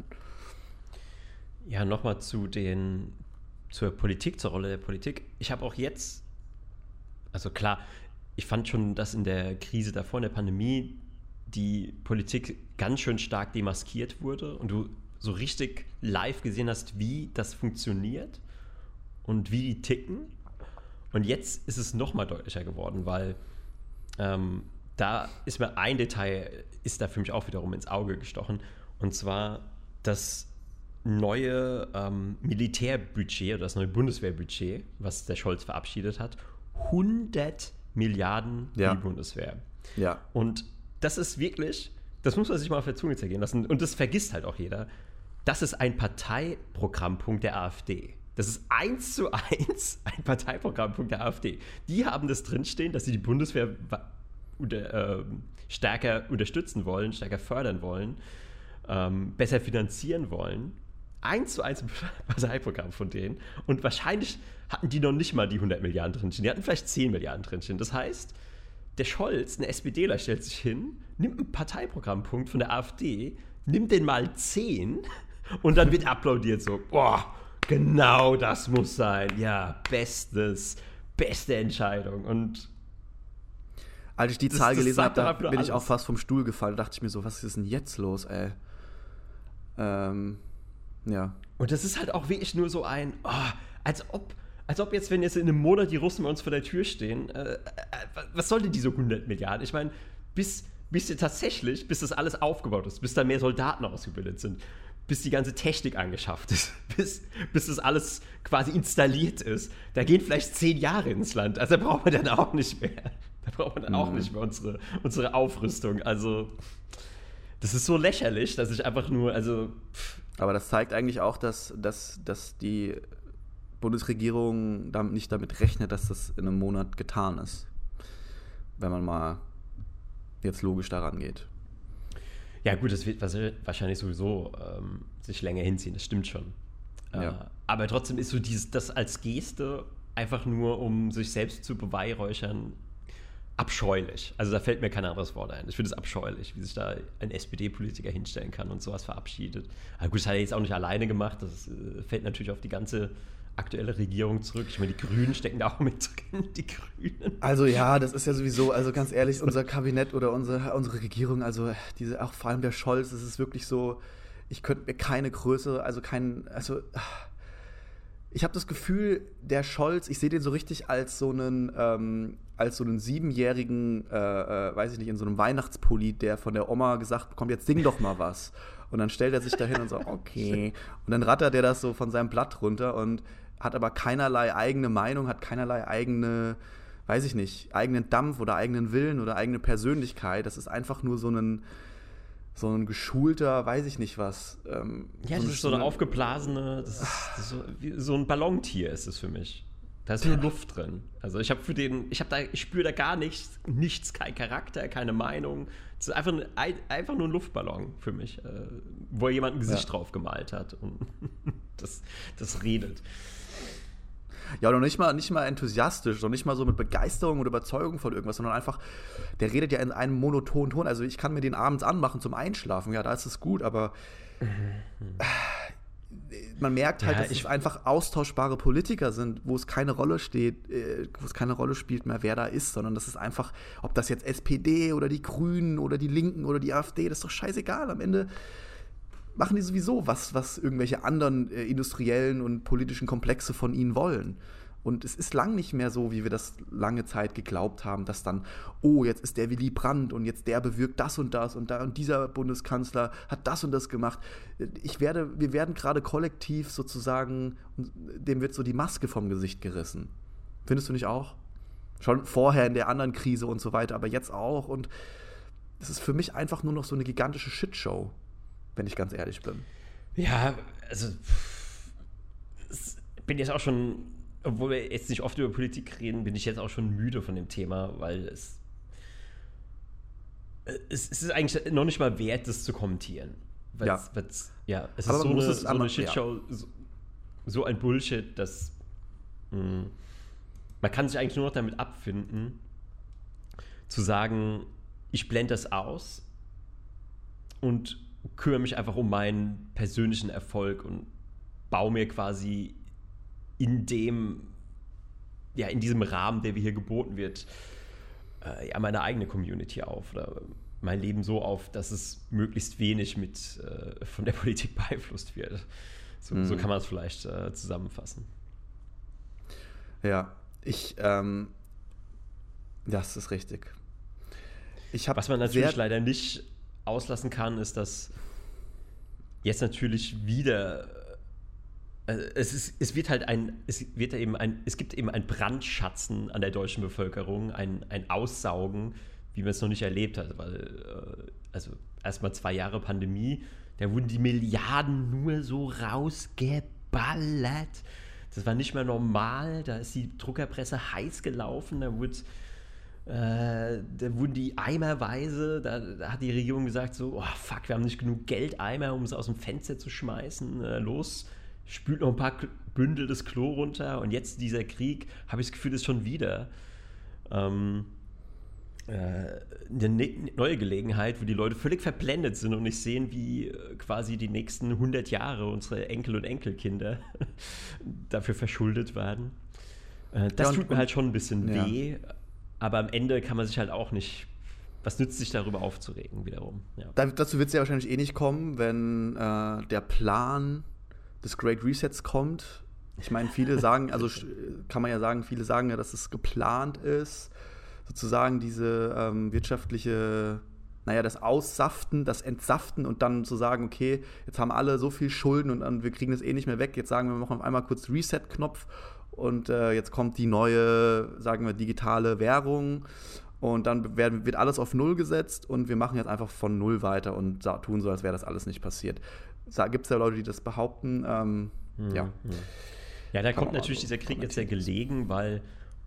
Ja, nochmal zu den, zur Politik, zur Rolle der Politik. Ich habe auch jetzt, also klar, ich fand schon, dass in der Krise davor, in der Pandemie, die Politik ganz schön stark demaskiert wurde und du so richtig live gesehen hast, wie das funktioniert und wie die ticken. Und jetzt ist es nochmal deutlicher geworden, weil ähm, da ist mir ein Detail, ist da für mich auch wiederum ins Auge gestochen. Und zwar das neue ähm, Militärbudget oder das neue Bundeswehrbudget, was der Scholz verabschiedet hat. hundert Milliarden für ja. die Bundeswehr. Ja. Und das ist wirklich, das muss man sich mal auf der Zunge zergehen lassen. Und das vergisst halt auch jeder. Das ist ein Parteiprogrammpunkt der AfD. Das ist eins zu eins ein Parteiprogrammpunkt der AfD. Die haben das drinstehen, dass sie die Bundeswehr Unter, äh, stärker unterstützen wollen, stärker fördern wollen, ähm, besser finanzieren wollen. Eins zu eins ein Parteiprogramm von denen. Und wahrscheinlich hatten die noch nicht mal die hundert Milliarden drinstehen. Die hatten vielleicht zehn Milliarden drinstehen. Das heißt, der Scholz, ein SPDler, stellt sich hin, nimmt einen Parteiprogrammpunkt von der AfD, nimmt den mal zehn und dann wird applaudiert so, boah, genau das muss sein. Ja, bestes, beste Entscheidung. Und als ich die das, Zahl das gelesen habe, da bin alles. ich auch fast vom Stuhl gefallen. Da dachte ich mir so, was ist denn jetzt los, ey? Ähm, ja. Und das ist halt auch wirklich nur so ein, oh, als ob, als ob jetzt, wenn jetzt in einem Monat die Russen bei uns vor der Tür stehen, äh, äh, was soll denn diese hundert Milliarden? Ich meine, bis, bis ihr tatsächlich, bis das alles aufgebaut ist, bis da mehr Soldaten ausgebildet sind, bis die ganze Technik angeschafft ist, bis, bis das alles quasi installiert ist, da gehen vielleicht zehn Jahre ins Land. Also da braucht man dann auch nicht mehr. Da braucht man dann auch nicht mehr unsere, unsere Aufrüstung. Also, das ist so lächerlich, dass ich einfach nur, also... Pff. Aber das zeigt eigentlich auch, dass, dass, dass die Bundesregierung damit nicht damit rechnet, dass das in einem Monat getan ist. Wenn man mal jetzt logisch daran geht. Ja gut, das wird wahrscheinlich sowieso ähm, sich länger hinziehen, das stimmt schon. Ja. Äh, aber trotzdem ist so dieses, das als Geste einfach nur, um sich selbst zu beweihräuchern, abscheulich. Also da fällt mir kein anderes Wort ein. Ich finde es abscheulich, wie sich da ein S P D-Politiker hinstellen kann und sowas verabschiedet. Aber gut, das hat er jetzt auch nicht alleine gemacht. Das äh, fällt natürlich auf die ganze aktuelle Regierung zurück. Ich meine, die Grünen stecken da auch mit drin, die Grünen. Also ja, das ist ja sowieso, also ganz ehrlich, unser Kabinett oder unsere, unsere Regierung, also diese, auch vor allem der Scholz, das ist wirklich so, ich könnte mir keine Größe, also kein, also ich habe das Gefühl, der Scholz, ich sehe den so richtig als so einen, ähm, als so einen siebenjährigen, äh, äh, weiß ich nicht, in so einem Weihnachtspulli, der von der Oma gesagt bekommt, jetzt sing doch mal was. Und dann stellt er sich da hin und sagt, okay. Und dann rattert er das so von seinem Blatt runter und hat aber keinerlei eigene Meinung, hat keinerlei eigene, weiß ich nicht, eigenen Dampf oder eigenen Willen oder eigene Persönlichkeit. Das ist einfach nur so ein, so ein geschulter, weiß ich nicht was. Ähm, ja, das so ist so eine aufgeblasene, das ist, das ist so, wie, so ein Ballontier ist es für mich. Da ist nur Luft drin. Also ich habe für den, ich habe da, ich spüre da gar nichts, nichts, kein Charakter, keine Meinung. Es ist einfach, ein, einfach nur ein Luftballon für mich, äh, wo jemand ein Gesicht ja. drauf gemalt hat und das, das redet. Ja, noch nicht mal, nicht mal enthusiastisch, noch nicht mal so mit Begeisterung oder Überzeugung von irgendwas, sondern einfach, der redet ja in einem monotonen Ton. Also ich kann mir den abends anmachen zum Einschlafen, ja, da ist es gut, aber äh, man merkt halt, ja, dass es einfach austauschbare Politiker sind, wo es keine Rolle steht, äh, wo es keine Rolle spielt mehr, wer da ist, sondern das ist einfach, ob das jetzt S P D oder die Grünen oder die Linken oder die AfD, das ist doch scheißegal. Am Ende machen die sowieso was, was irgendwelche anderen äh, industriellen und politischen Komplexe von ihnen wollen. Und es ist lang nicht mehr so, wie wir das lange Zeit geglaubt haben, dass dann, oh, jetzt ist der Willy Brandt und jetzt der bewirkt das und das und da und dieser Bundeskanzler hat das und das gemacht. Ich werde, wir werden gerade kollektiv sozusagen, dem wird so die Maske vom Gesicht gerissen. Findest du nicht auch? Schon vorher in der anderen Krise und so weiter, aber jetzt auch. Und es ist für mich einfach nur noch so eine gigantische Shitshow. wenn ich ganz ehrlich bin. Ja, also ich bin jetzt auch schon, obwohl wir jetzt nicht oft über Politik reden, bin ich jetzt auch schon müde von dem Thema, weil es es, es ist eigentlich noch nicht mal wert, das zu kommentieren. Weil's, ja. Weil's, ja, es Aber ist so eine, es so einmal, eine Shitshow, ja. so, so ein Bullshit, dass mh, man kann sich eigentlich nur noch damit abfinden, zu sagen, ich blende das aus und kümmere mich einfach um meinen persönlichen Erfolg und baue mir quasi in dem, ja, in diesem Rahmen, der mir hier geboten wird, äh, ja, meine eigene Community auf oder mein Leben so auf, dass es möglichst wenig mit äh, von der Politik beeinflusst wird. So, mhm. so kann man es vielleicht äh, zusammenfassen. Ja, ich, ähm, das ist richtig. Ich Was man natürlich leider nicht auslassen kann, ist, dass jetzt natürlich wieder äh, es ist, es wird halt ein, es wird eben ein, es gibt eben ein Brandschatzen an der deutschen Bevölkerung, ein, ein Aussaugen, wie man es noch nicht erlebt hat, weil äh, also erstmal zwei Jahre Pandemie, da wurden die Milliarden nur so rausgeballert. Das war nicht mehr normal, da ist die Druckerpresse heiß gelaufen, da wurde Äh, da wurden die eimerweise, da, da hat die Regierung gesagt so, oh fuck, wir haben nicht genug Geldeimer, um es aus dem Fenster zu schmeißen, äh, los, spült noch ein paar Bündel das Klo runter und jetzt dieser Krieg, habe ich das Gefühl, ist schon wieder ähm, äh, eine ne- neue Gelegenheit, wo die Leute völlig verblendet sind und nicht sehen, wie äh, quasi die nächsten hundert Jahre unsere Enkel und Enkelkinder dafür verschuldet werden. Äh, das ja, und, tut mir halt schon ein bisschen ja. weh. Aber am Ende kann man sich halt auch nicht, was nützt sich darüber aufzuregen wiederum. Ja. Da, dazu wird es ja wahrscheinlich eh nicht kommen, wenn äh, der Plan des Great Resets kommt. Ich meine, viele sagen, also kann man ja sagen, viele sagen ja, dass es geplant ist, sozusagen diese ähm, wirtschaftliche, naja, das Aussaften, das Entsaften und dann zu sagen, okay, jetzt haben alle so viel Schulden und dann, wir kriegen das eh nicht mehr weg, jetzt sagen wir, wir machen auf einmal kurz Reset-Knopf. Und äh, jetzt kommt die neue, sagen wir, digitale Währung und dann werden, wird alles auf Null gesetzt und wir machen jetzt einfach von Null weiter und tun so, als wäre das alles nicht passiert. Gibt es ja Leute, die das behaupten. Ähm, hm, ja. Hm. ja, da kommt natürlich so dieser Krieg jetzt sehr gelegen, weil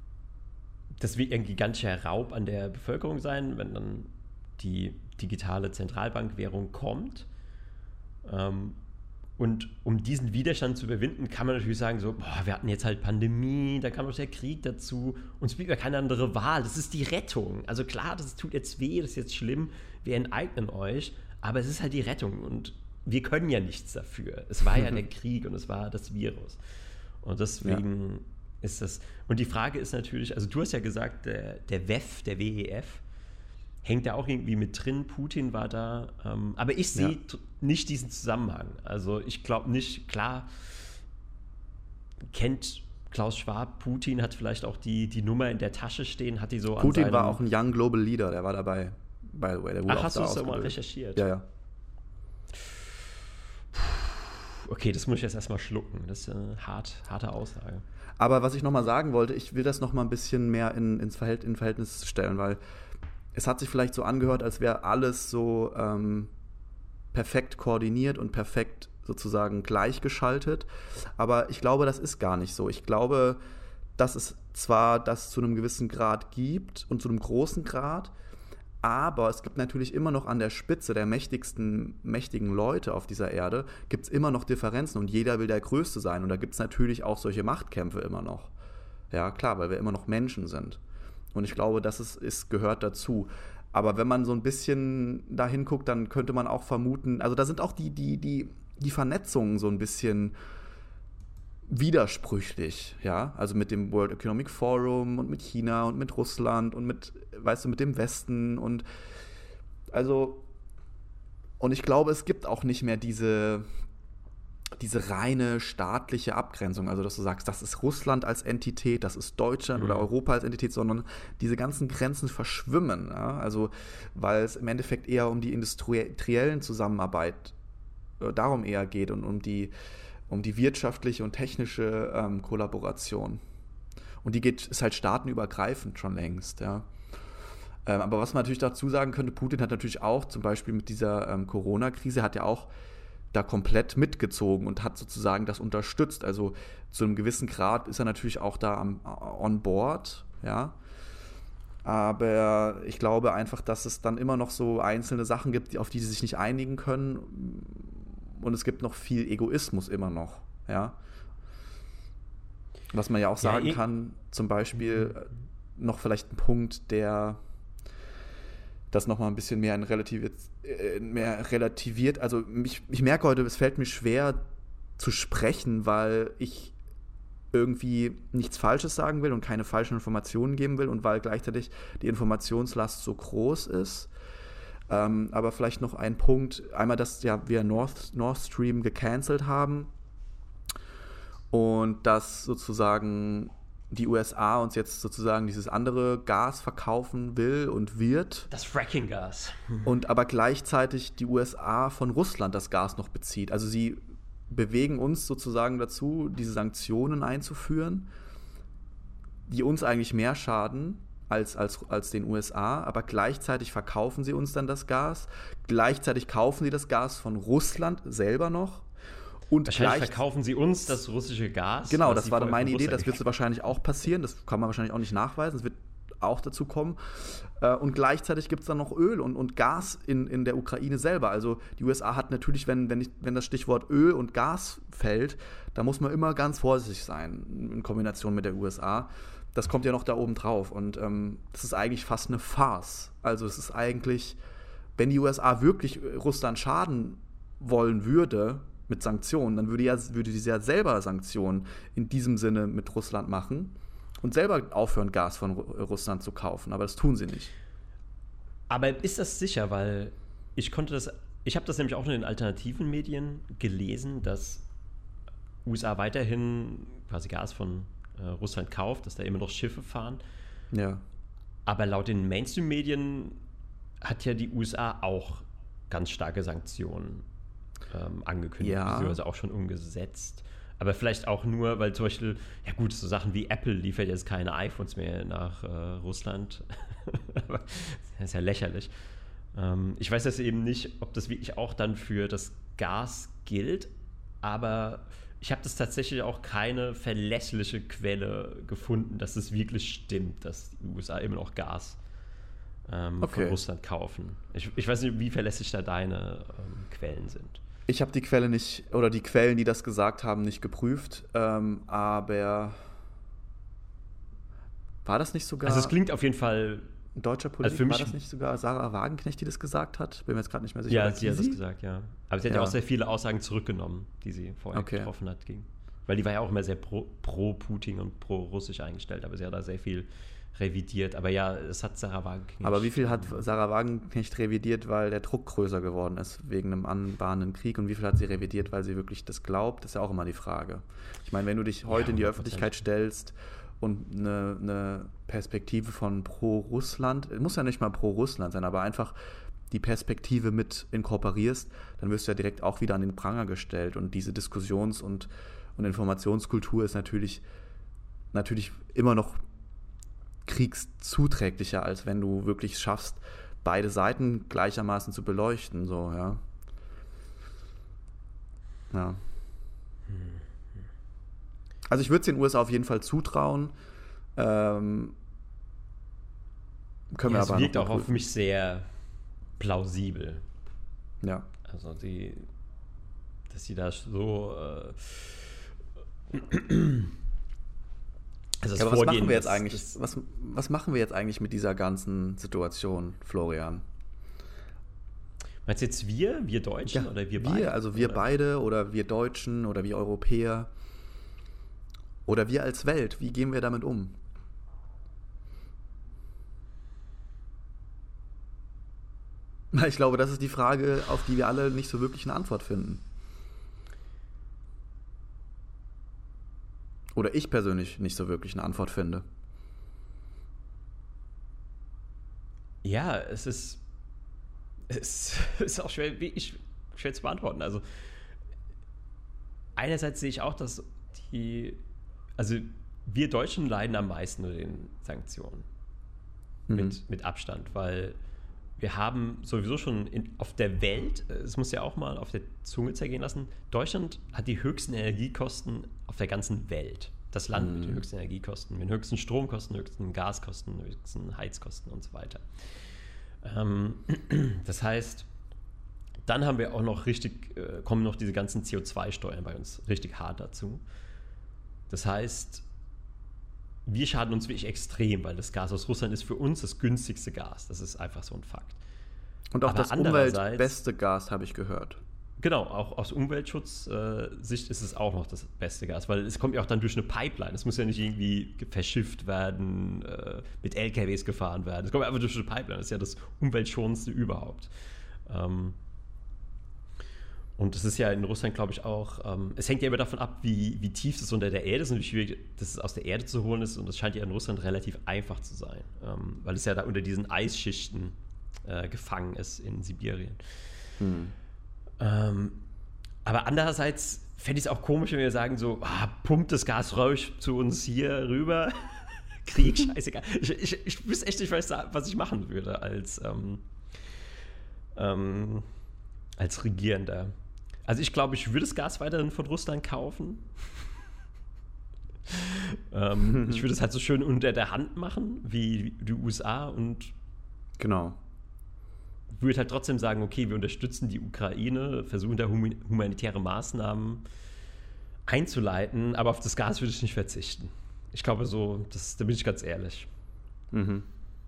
das wird ein gigantischer Raub an der Bevölkerung sein, wenn dann die digitale Zentralbankwährung kommt. Ähm, Und um diesen Widerstand zu überwinden, kann man natürlich sagen, so, boah, wir hatten jetzt halt Pandemie, da kam noch der Krieg dazu, uns blieb ja keine andere Wahl, das ist die Rettung. Also klar, das tut jetzt weh, das ist jetzt schlimm, wir enteignen euch, aber es ist halt die Rettung und wir können ja nichts dafür. Es war ja der Krieg und es war das Virus. Und deswegen ja. ist das, und die Frage ist natürlich, also du hast ja gesagt, der, der W E F, der W E F, hängt ja auch irgendwie mit drin, Putin war da, ähm, aber ich sehe ja. t- nicht diesen Zusammenhang. Also ich glaube nicht, klar, kennt Klaus Schwab, Putin hat vielleicht auch die, die Nummer in der Tasche stehen, hat die so Putin an seinem... war auch ein Young Global Leader, der war dabei, by the way. Der wurde Ach, auch hast da du es da mal recherchiert? Ja, ja. Okay, das muss ich jetzt erstmal schlucken, das ist eine hart, harte Aussage. Aber was ich nochmal sagen wollte, ich will das nochmal ein bisschen mehr in, ins Verhält- in Verhältnis stellen, weil es hat sich vielleicht so angehört, als wäre alles so ähm, perfekt koordiniert und perfekt sozusagen gleichgeschaltet. Aber ich glaube, das ist gar nicht so. Ich glaube, dass es zwar das zu einem gewissen Grad gibt und zu einem großen Grad, aber es gibt natürlich immer noch an der Spitze der mächtigsten, mächtigen Leute auf dieser Erde, gibt es immer noch Differenzen und jeder will der Größte sein. Und da gibt es natürlich auch solche Machtkämpfe immer noch. Ja, klar, weil wir immer noch Menschen sind. Und ich glaube, das ist, ist, gehört dazu. Aber wenn man so ein bisschen da hinguckt, dann könnte man auch vermuten, also da sind auch die, die, die, die Vernetzungen so ein bisschen widersprüchlich, ja, also mit dem World Economic Forum und mit China und mit Russland und mit, weißt du, mit dem Westen und also, und ich glaube, es gibt auch nicht mehr diese, diese reine staatliche Abgrenzung, also dass du sagst, das ist Russland als Entität, das ist Deutschland mhm. oder Europa als Entität, sondern diese ganzen Grenzen verschwimmen, ja? Also weil es im Endeffekt eher um die industriellen Zusammenarbeit äh, darum eher geht und um die, um die wirtschaftliche und technische ähm, Kollaboration. Und die geht, ist halt staatenübergreifend schon längst, ja. Ähm, aber was man natürlich dazu sagen könnte, Putin hat natürlich auch zum Beispiel mit dieser ähm, Corona-Krise, hat ja auch da komplett mitgezogen und hat sozusagen das unterstützt. Also zu einem gewissen Grad ist er natürlich auch da am, on board, ja. Aber ich glaube einfach, dass es dann immer noch so einzelne Sachen gibt, auf die sie sich nicht einigen können. Und es gibt noch viel Egoismus immer noch, ja. Was man ja auch sagen ja, kann, zum Beispiel noch vielleicht ein Punkt, der das nochmal ein bisschen mehr, in relativiert, äh, mehr relativiert. Also ich, ich merke heute, es fällt mir schwer zu sprechen, weil ich irgendwie nichts Falsches sagen will und keine falschen Informationen geben will und weil gleichzeitig die Informationslast so groß ist. Ähm, aber vielleicht noch ein Punkt, einmal, dass ja, wir North, Nord Stream gecancelt haben und dass sozusagen die U S A uns jetzt sozusagen dieses andere Gas verkaufen will und wird. Das Fracking-Gas. Und aber gleichzeitig die U S A von Russland das Gas noch bezieht. Also sie bewegen uns sozusagen dazu, diese Sanktionen einzuführen, die uns eigentlich mehr schaden als, als, als den U S A, aber gleichzeitig verkaufen sie uns dann das Gas. Gleichzeitig kaufen sie das Gas von Russland selber noch. Und wahrscheinlich gleich, verkaufen sie uns das russische Gas. Genau, das war dann meine Idee, das wird so wahrscheinlich auch passieren, das kann man wahrscheinlich auch nicht nachweisen, das wird auch dazu kommen. Und gleichzeitig gibt es dann noch Öl und, und Gas in, in der Ukraine selber. Also die U S A hat natürlich, wenn, wenn, ich, wenn das Stichwort Öl und Gas fällt, da muss man immer ganz vorsichtig sein in Kombination mit der U S A. Das kommt ja noch da oben drauf und ähm, das ist eigentlich fast eine Farce. Also es ist eigentlich, wenn die U S A wirklich Russland schaden wollen würde, mit Sanktionen, dann würde, ja, würde sie ja selber Sanktionen in diesem Sinne mit Russland machen und selber aufhören, Gas von Russland zu kaufen. Aber das tun sie nicht. Aber ist das sicher? Weil ich konnte das, ich habe das nämlich auch in den alternativen Medien gelesen, dass U S A weiterhin quasi Gas von äh, Russland kauft, dass da immer noch Schiffe fahren. Ja. Aber laut den Mainstream-Medien hat ja die U S A auch ganz starke Sanktionen Ähm, angekündigt, ja. beziehungsweise auch schon umgesetzt. Aber vielleicht auch nur, weil zum Beispiel, ja gut, so Sachen wie Apple liefert jetzt keine iPhones mehr nach äh, Russland. Das ist ja lächerlich. Ähm, ich weiß jetzt eben nicht, ob das wirklich auch dann für das Gas gilt, aber ich habe das tatsächlich auch keine verlässliche Quelle gefunden, dass es wirklich stimmt, dass die U S A immer noch Gas ähm, okay. von Russland kaufen. Ich, ich weiß nicht, wie verlässlich da deine ähm, Quellen sind. Ich habe die Quelle nicht, oder die Quellen, die das gesagt haben, nicht geprüft, ähm, aber war das nicht sogar... Also es klingt auf jeden Fall... Ein deutscher Politiker, also für mich, war das nicht sogar Sarah Wagenknecht, die das gesagt hat? Bin mir jetzt gerade nicht mehr sicher. Ja, sie hat das gesagt, ja. Aber sie hat ja auch sehr viele Aussagen zurückgenommen, die sie vorher okay. getroffen hat. Gegen, weil die war ja auch immer sehr pro, pro Putin und pro Russisch eingestellt, aber sie hat da sehr viel revidiert. Aber ja, es hat Sarah Wagenknecht... Aber wie viel hat Sarah Wagenknecht revidiert, weil der Druck größer geworden ist wegen einem anbahnenden Krieg? Und wie viel hat sie revidiert, weil sie wirklich das glaubt? Das ist ja auch immer die Frage. Ich meine, wenn du dich heute ja, in die Öffentlichkeit stellst und eine, eine Perspektive von pro-Russland, muss ja nicht mal pro-Russland sein, aber einfach die Perspektive mit inkorporierst, dann wirst du ja direkt auch wieder an den Pranger gestellt. Und diese Diskussions- und, und Informationskultur ist natürlich, natürlich immer noch kriegszuträglicher, als wenn du wirklich schaffst, beide Seiten gleichermaßen zu beleuchten. So, ja. Ja. Also ich würde es den U S A auf jeden Fall zutrauen. Ähm, können ja, wir es aber wirkt noch auch auf mich sehr plausibel. Ja. Also die, dass sie da so äh, also das ja, aber was machen wir jetzt das, eigentlich? Das, was, was machen wir jetzt eigentlich mit dieser ganzen Situation, Florian? Meinst du jetzt wir, wir Deutschen ja, oder wir beide? Wir, also wir oder? beide oder wir Deutschen oder wir Europäer oder wir als Welt, wie gehen wir damit um? Ich glaube, das ist die Frage, auf die wir alle nicht so wirklich eine Antwort finden. Oder ich persönlich nicht so wirklich eine Antwort finde. Ja, es ist es ist auch schwer, ich, schwer zu beantworten. Also einerseits sehe ich auch, dass die, also wir Deutschen leiden am meisten unter den Sanktionen. mhm. mit, mit Abstand, weil wir haben sowieso schon in, auf der Welt, es muss ja auch mal auf der Zunge zergehen lassen, Deutschland hat die höchsten Energiekosten auf der ganzen Welt. Das Land mhm. mit den höchsten Energiekosten, mit den höchsten Stromkosten, höchsten Gaskosten, höchsten Heizkosten und so weiter. Ähm, das heißt, dann haben wir auch noch richtig, äh, kommen noch diese ganzen C O zwei Steuern bei uns richtig hart dazu. Das heißt, wir schaden uns wirklich extrem, weil das Gas aus Russland ist für uns das günstigste Gas. Das ist einfach so ein Fakt. Und auch Aber das umweltbeste Gas, habe ich gehört. Genau, auch aus Umweltschutzsicht ist es auch noch das beste Gas, weil es kommt ja auch dann durch eine Pipeline. Es muss ja nicht irgendwie verschifft werden, äh, mit L K Ws gefahren werden. Es kommt einfach durch eine Pipeline. Das ist ja das umweltschonendste überhaupt. Ähm, Und es ist ja in Russland, glaube ich, auch, ähm, es hängt ja immer davon ab, wie, wie tief es unter der Erde ist und wie schwierig es aus der Erde zu holen ist. Und das scheint ja in Russland relativ einfach zu sein, ähm, weil es ja da unter diesen Eisschichten äh, gefangen ist in Sibirien. Hm. Ähm, aber andererseits fände ich es auch komisch, wenn wir sagen so, ah, pumpt das Gas raus zu uns hier rüber. Krieg, scheißegal. Ich, ich, ich wüsste echt nicht, was ich machen würde als, ähm, ähm, als Regierender. Also ich glaube, ich würde das Gas weiterhin von Russland kaufen. ähm, ich würde es halt so schön unter der Hand machen, wie die U S A, und genau. würde halt trotzdem sagen, okay, wir unterstützen die Ukraine, versuchen da humanitäre Maßnahmen einzuleiten, aber auf das Gas würde ich nicht verzichten. Ich glaube so, das, da bin ich ganz ehrlich. Mhm.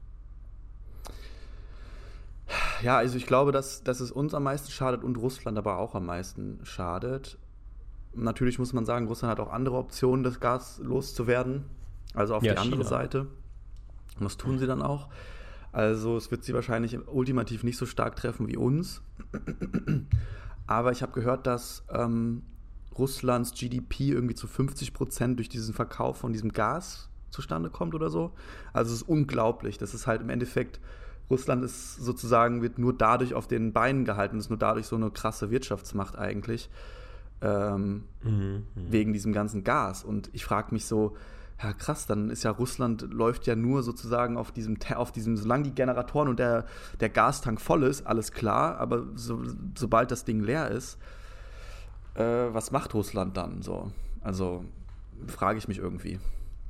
Ja, also ich glaube, dass, dass es uns am meisten schadet und Russland aber auch am meisten schadet. Natürlich muss man sagen, Russland hat auch andere Optionen, das Gas loszuwerden, also auf ja, die andere China. Seite. Und das tun sie dann auch. Also es wird sie wahrscheinlich ultimativ nicht so stark treffen wie uns. Aber ich habe gehört, dass ähm, Russlands G D P irgendwie zu fünfzig Prozent durch diesen Verkauf von diesem Gas zustande kommt oder so. Also es ist unglaublich. Das ist halt im Endeffekt, Russland ist sozusagen, wird nur dadurch auf den Beinen gehalten, ist nur dadurch so eine krasse Wirtschaftsmacht eigentlich, ähm, mhm, wegen diesem ganzen Gas. Und ich frage mich so, ja krass, dann ist ja Russland, läuft ja nur sozusagen auf diesem, auf diesem, solange die Generatoren und der, der Gastank voll ist, alles klar, aber so, sobald das Ding leer ist, äh, was macht Russland dann so? Also frage ich mich irgendwie.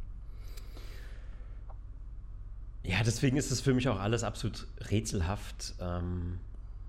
Ja, deswegen ist es für mich auch alles absolut rätselhaft, ähm,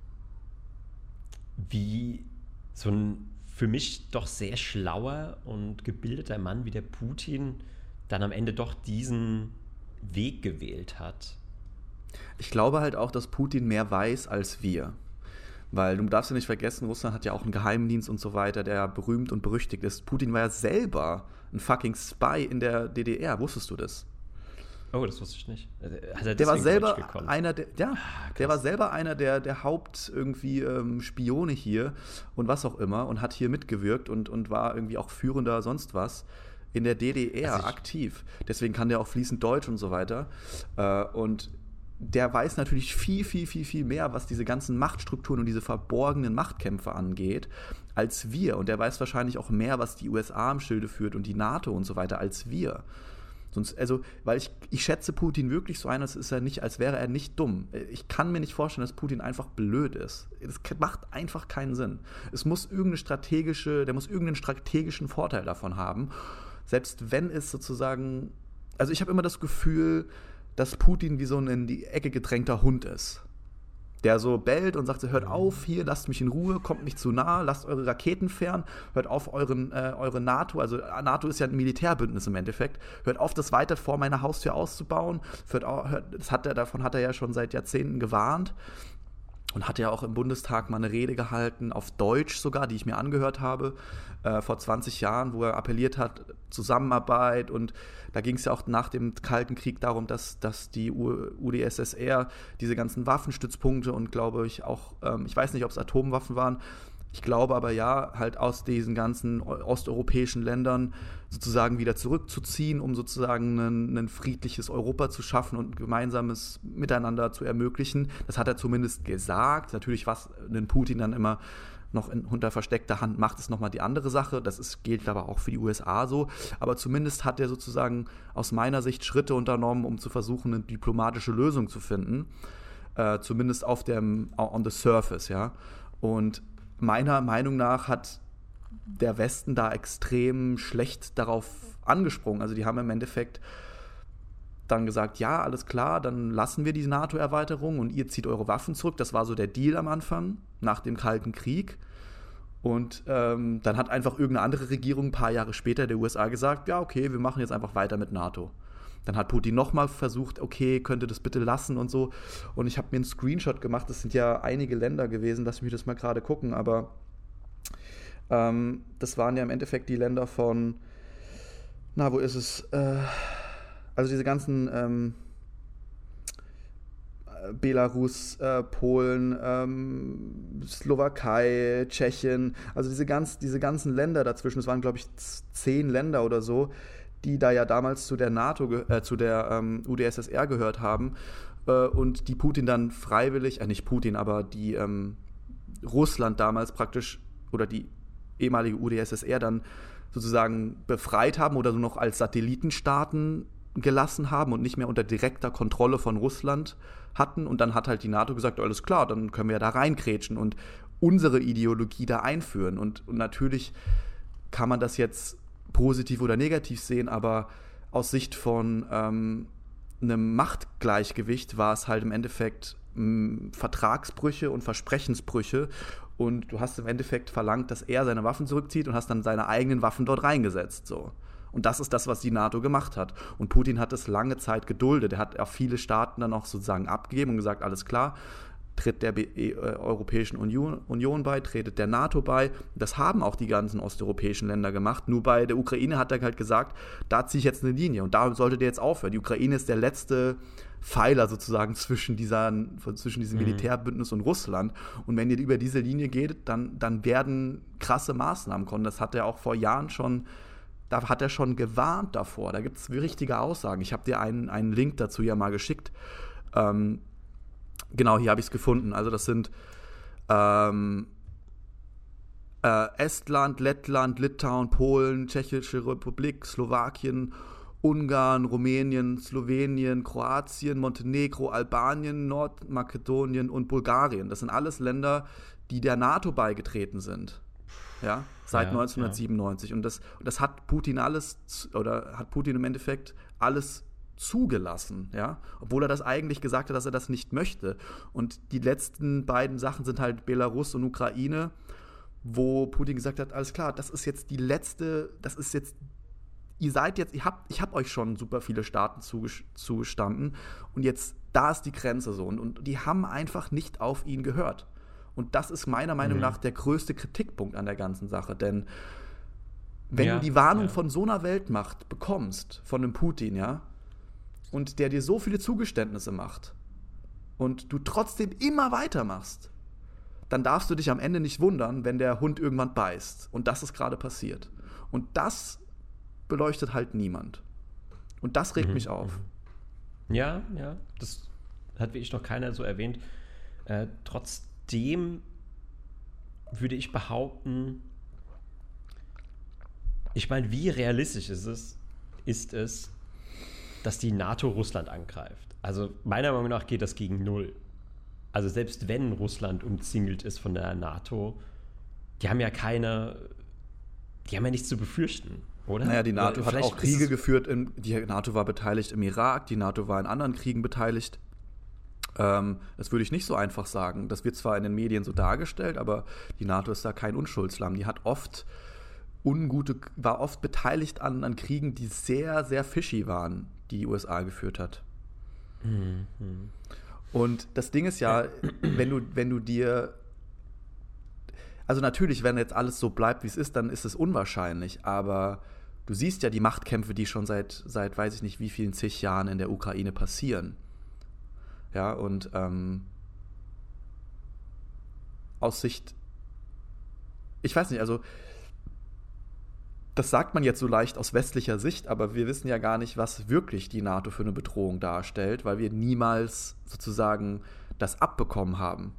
wie so ein für mich doch sehr schlauer und gebildeter Mann wie der Putin dann am Ende doch diesen Weg gewählt hat. Ich glaube halt auch, dass Putin mehr weiß als wir. Weil du darfst ja nicht vergessen, Russland hat ja auch einen Geheimdienst und so weiter, der berühmt und berüchtigt ist. Putin war ja selber ein fucking Spy in der D D R, wusstest du das? Oh, das wusste ich nicht. Hat er der war selber einer der, ja, ah, der war selber einer der, der Haupt irgendwie ähm, Spione hier und was auch immer und hat hier mitgewirkt und, und war irgendwie auch führender sonst was in der D D R also aktiv. Deswegen kann der auch fließend Deutsch und so weiter. Äh, und der weiß natürlich viel, viel, viel, viel mehr, was diese ganzen Machtstrukturen und diese verborgenen Machtkämpfe angeht, als wir. Und der weiß wahrscheinlich auch mehr, was die U S A im Schilde führt und die NATO und so weiter, als wir. Sonst, also, weil ich, ich schätze Putin wirklich so ein, als ist er nicht, als wäre er nicht dumm. Ich kann mir nicht vorstellen, dass Putin einfach blöd ist. Das macht einfach keinen Sinn. Es muss irgendeine strategische, der muss irgendeinen strategischen Vorteil davon haben. Selbst wenn es sozusagen, also ich habe immer das Gefühl, dass Putin wie so ein in die Ecke gedrängter Hund ist. Der so bellt und sagt so, hört auf hier, lasst mich in Ruhe, kommt nicht zu nah, lasst eure Raketen fern, hört auf euren, äh, eure NATO, also NATO ist ja ein Militärbündnis im Endeffekt, hört auf, das weiter vor meiner Haustür auszubauen, hört, hört, das hat er, davon hat er ja schon seit Jahrzehnten gewarnt und hat ja auch im Bundestag mal eine Rede gehalten, auf Deutsch sogar, die ich mir angehört habe, äh, vor zwanzig Jahren, wo er appelliert hat, Zusammenarbeit, und da ging es ja auch nach dem Kalten Krieg darum, dass, dass die U d S S R diese ganzen Waffenstützpunkte und glaube ich auch, ähm, ich weiß nicht, ob es Atomwaffen waren, Ich glaube aber ja, halt aus diesen ganzen osteuropäischen Ländern sozusagen wieder zurückzuziehen, um sozusagen ein, ein friedliches Europa zu schaffen und ein gemeinsames Miteinander zu ermöglichen. Das hat er zumindest gesagt. Natürlich, was ein Putin dann immer noch in, unter versteckter Hand macht, ist nochmal die andere Sache. Das ist, gilt aber auch für die U S A so. Aber zumindest hat er sozusagen aus meiner Sicht Schritte unternommen, um zu versuchen, eine diplomatische Lösung zu finden. Äh, zumindest auf dem, on the surface, ja. Und meiner Meinung nach hat der Westen da extrem schlecht darauf angesprungen. Also die haben im Endeffekt dann gesagt, ja, alles klar, dann lassen wir die NATO-Erweiterung und ihr zieht eure Waffen zurück. Das war so der Deal am Anfang, nach dem Kalten Krieg. Und ähm, dann hat einfach irgendeine andere Regierung ein paar Jahre später der U S A gesagt, ja, okay, wir machen jetzt einfach weiter mit NATO. Dann hat Putin nochmal versucht, okay, könnt ihr das bitte lassen und so. Und ich habe mir einen Screenshot gemacht, das sind ja einige Länder gewesen, lass mich das mal gerade gucken, aber ähm, das waren ja im Endeffekt die Länder von, na, wo ist es? Äh, also diese ganzen ähm, Belarus, äh, Polen, ähm, Slowakei, Tschechien, also diese, ganz, diese ganzen Länder dazwischen, es waren, glaube ich, zehn Länder oder so, die da ja damals zu der NATO, äh, zu der ähm, U d S S R gehört haben äh, und die Putin dann freiwillig, äh, nicht Putin, aber die ähm, Russland damals praktisch oder die ehemalige U d S S R dann sozusagen befreit haben oder nur noch als Satellitenstaaten gelassen haben und nicht mehr unter direkter Kontrolle von Russland hatten. Und dann hat halt die NATO gesagt, alles klar, dann können wir da reinkrätschen und unsere Ideologie da einführen. Und, und natürlich kann man das jetzt positiv oder negativ sehen, aber aus Sicht von ähm, einem Machtgleichgewicht war es halt im Endeffekt mh, Vertragsbrüche und Versprechensbrüche und du hast im Endeffekt verlangt, dass er seine Waffen zurückzieht und hast dann seine eigenen Waffen dort reingesetzt, so. Und das ist das, was die NATO gemacht hat. Und Putin hat es lange Zeit geduldet. Er hat auch viele Staaten dann auch sozusagen abgegeben und gesagt, alles klar, tritt der äh, Europäischen Union, Union bei, tretet der NATO bei. Das haben auch die ganzen osteuropäischen Länder gemacht. Nur bei der Ukraine hat er halt gesagt, da ziehe ich jetzt eine Linie und da solltet ihr jetzt aufhören. Die Ukraine ist der letzte Pfeiler sozusagen zwischen, dieser, zwischen diesem mhm. Militärbündnis und Russland. Und wenn ihr über diese Linie geht, dann, dann werden krasse Maßnahmen kommen. Das hat er auch vor Jahren schon, da hat er schon gewarnt davor. Da gibt es richtige Aussagen. Ich habe dir einen, einen Link dazu ja mal geschickt. Ähm, Genau, hier habe ich es gefunden. Also das sind ähm, äh, Estland, Lettland, Litauen, Polen, Tschechische Republik, Slowakien, Ungarn, Rumänien, Slowenien, Kroatien, Montenegro, Albanien, Nordmakedonien und Bulgarien. Das sind alles Länder, die der NATO beigetreten sind. Ja, seit ja, neunzehnhundertsiebenundneunzig. Ja. Und das, das hat Putin alles, oder hat Putin im Endeffekt alles zugelassen, ja, obwohl er das eigentlich gesagt hat, dass er das nicht möchte. Und die letzten beiden Sachen sind halt Belarus und Ukraine, wo Putin gesagt hat, alles klar, das ist jetzt die letzte, das ist jetzt, ihr seid jetzt, ihr habt, ich habe euch schon super viele Staaten zugestanden und jetzt, da ist die Grenze so. Und, und die haben einfach nicht auf ihn gehört. Und das ist meiner Meinung mhm. nach der größte Kritikpunkt an der ganzen Sache, denn wenn ja, du die Warnung ja. von so einer Weltmacht bekommst, von einem Putin, ja, und der dir so viele Zugeständnisse macht und du trotzdem immer weitermachst, dann darfst du dich am Ende nicht wundern, wenn der Hund irgendwann beißt. Und das ist gerade passiert. Und das beleuchtet halt niemand. Und das regt mhm. mich auf. Ja, ja, das hat wirklich noch keiner so erwähnt. Äh, trotzdem würde ich behaupten, ich meine, wie realistisch ist es, ist es, dass die NATO Russland angreift. Also meiner Meinung nach geht das gegen null. Also selbst wenn Russland umzingelt ist von der NATO, die haben ja keine, die haben ja nichts zu befürchten, oder? Naja, die NATO oder hat auch Kriege geführt, in, die NATO war beteiligt im Irak, die NATO war in anderen Kriegen beteiligt. Ähm, das würde ich nicht so einfach sagen. Das wird zwar in den Medien so dargestellt, aber die NATO ist da kein Unschuldslamm. Die hat oft ungute, war oft beteiligt an, an Kriegen, die sehr, sehr fishy waren, die die U S A geführt hat. Mhm. Und das Ding ist ja, wenn du, wenn du dir, also natürlich, wenn jetzt alles so bleibt, wie es ist, dann ist es unwahrscheinlich, aber du siehst ja die Machtkämpfe, die schon seit, seit weiß ich nicht wie vielen zig Jahren in der Ukraine passieren. Ja, und ähm, aus Sicht ich weiß nicht, also das sagt man jetzt so leicht aus westlicher Sicht, aber wir wissen ja gar nicht, was wirklich die NATO für eine Bedrohung darstellt, weil wir niemals sozusagen das abbekommen haben.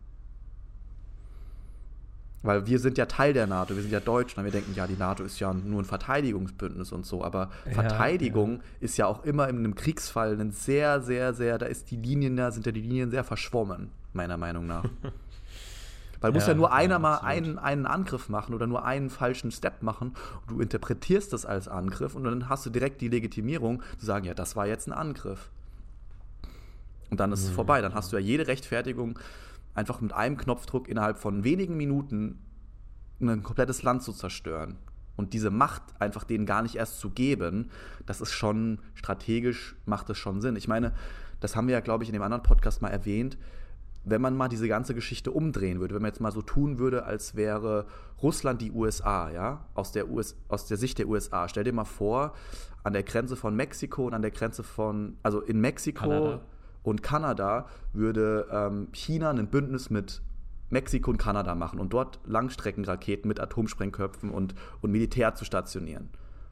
Weil wir sind ja Teil der NATO, wir sind ja Deutschland, wir denken, ja, die NATO ist ja nur ein Verteidigungsbündnis und so, aber ja, Verteidigung ja. ist ja auch immer in einem Kriegsfall ein sehr, sehr, sehr, da ist die Linien, da sind ja die Linien sehr verschwommen, meiner Meinung nach. Weil muss ja, ja nur einer ja, mal einen, einen Angriff machen oder nur einen falschen Step machen und du interpretierst das als Angriff und dann hast du direkt die Legitimierung zu sagen, ja, das war jetzt ein Angriff. Und dann ist mhm. es vorbei, dann hast du ja jede Rechtfertigung, einfach mit einem Knopfdruck innerhalb von wenigen Minuten ein komplettes Land zu zerstören. Und diese Macht einfach denen gar nicht erst zu geben, das ist schon, strategisch macht das schon Sinn. Ich meine, das haben wir ja, glaube ich, in dem anderen Podcast mal erwähnt, wenn man mal diese ganze Geschichte umdrehen würde, wenn man jetzt mal so tun würde, als wäre Russland die U S A, ja, aus der, U S, aus der Sicht der U S A. Stell dir mal vor, an der Grenze von Mexiko und an der Grenze von, also in Mexiko Kanada. und Kanada würde ähm, China ein Bündnis mit Mexiko und Kanada machen und dort Langstreckenraketen mit Atomsprengköpfen und, und Militär zu stationieren.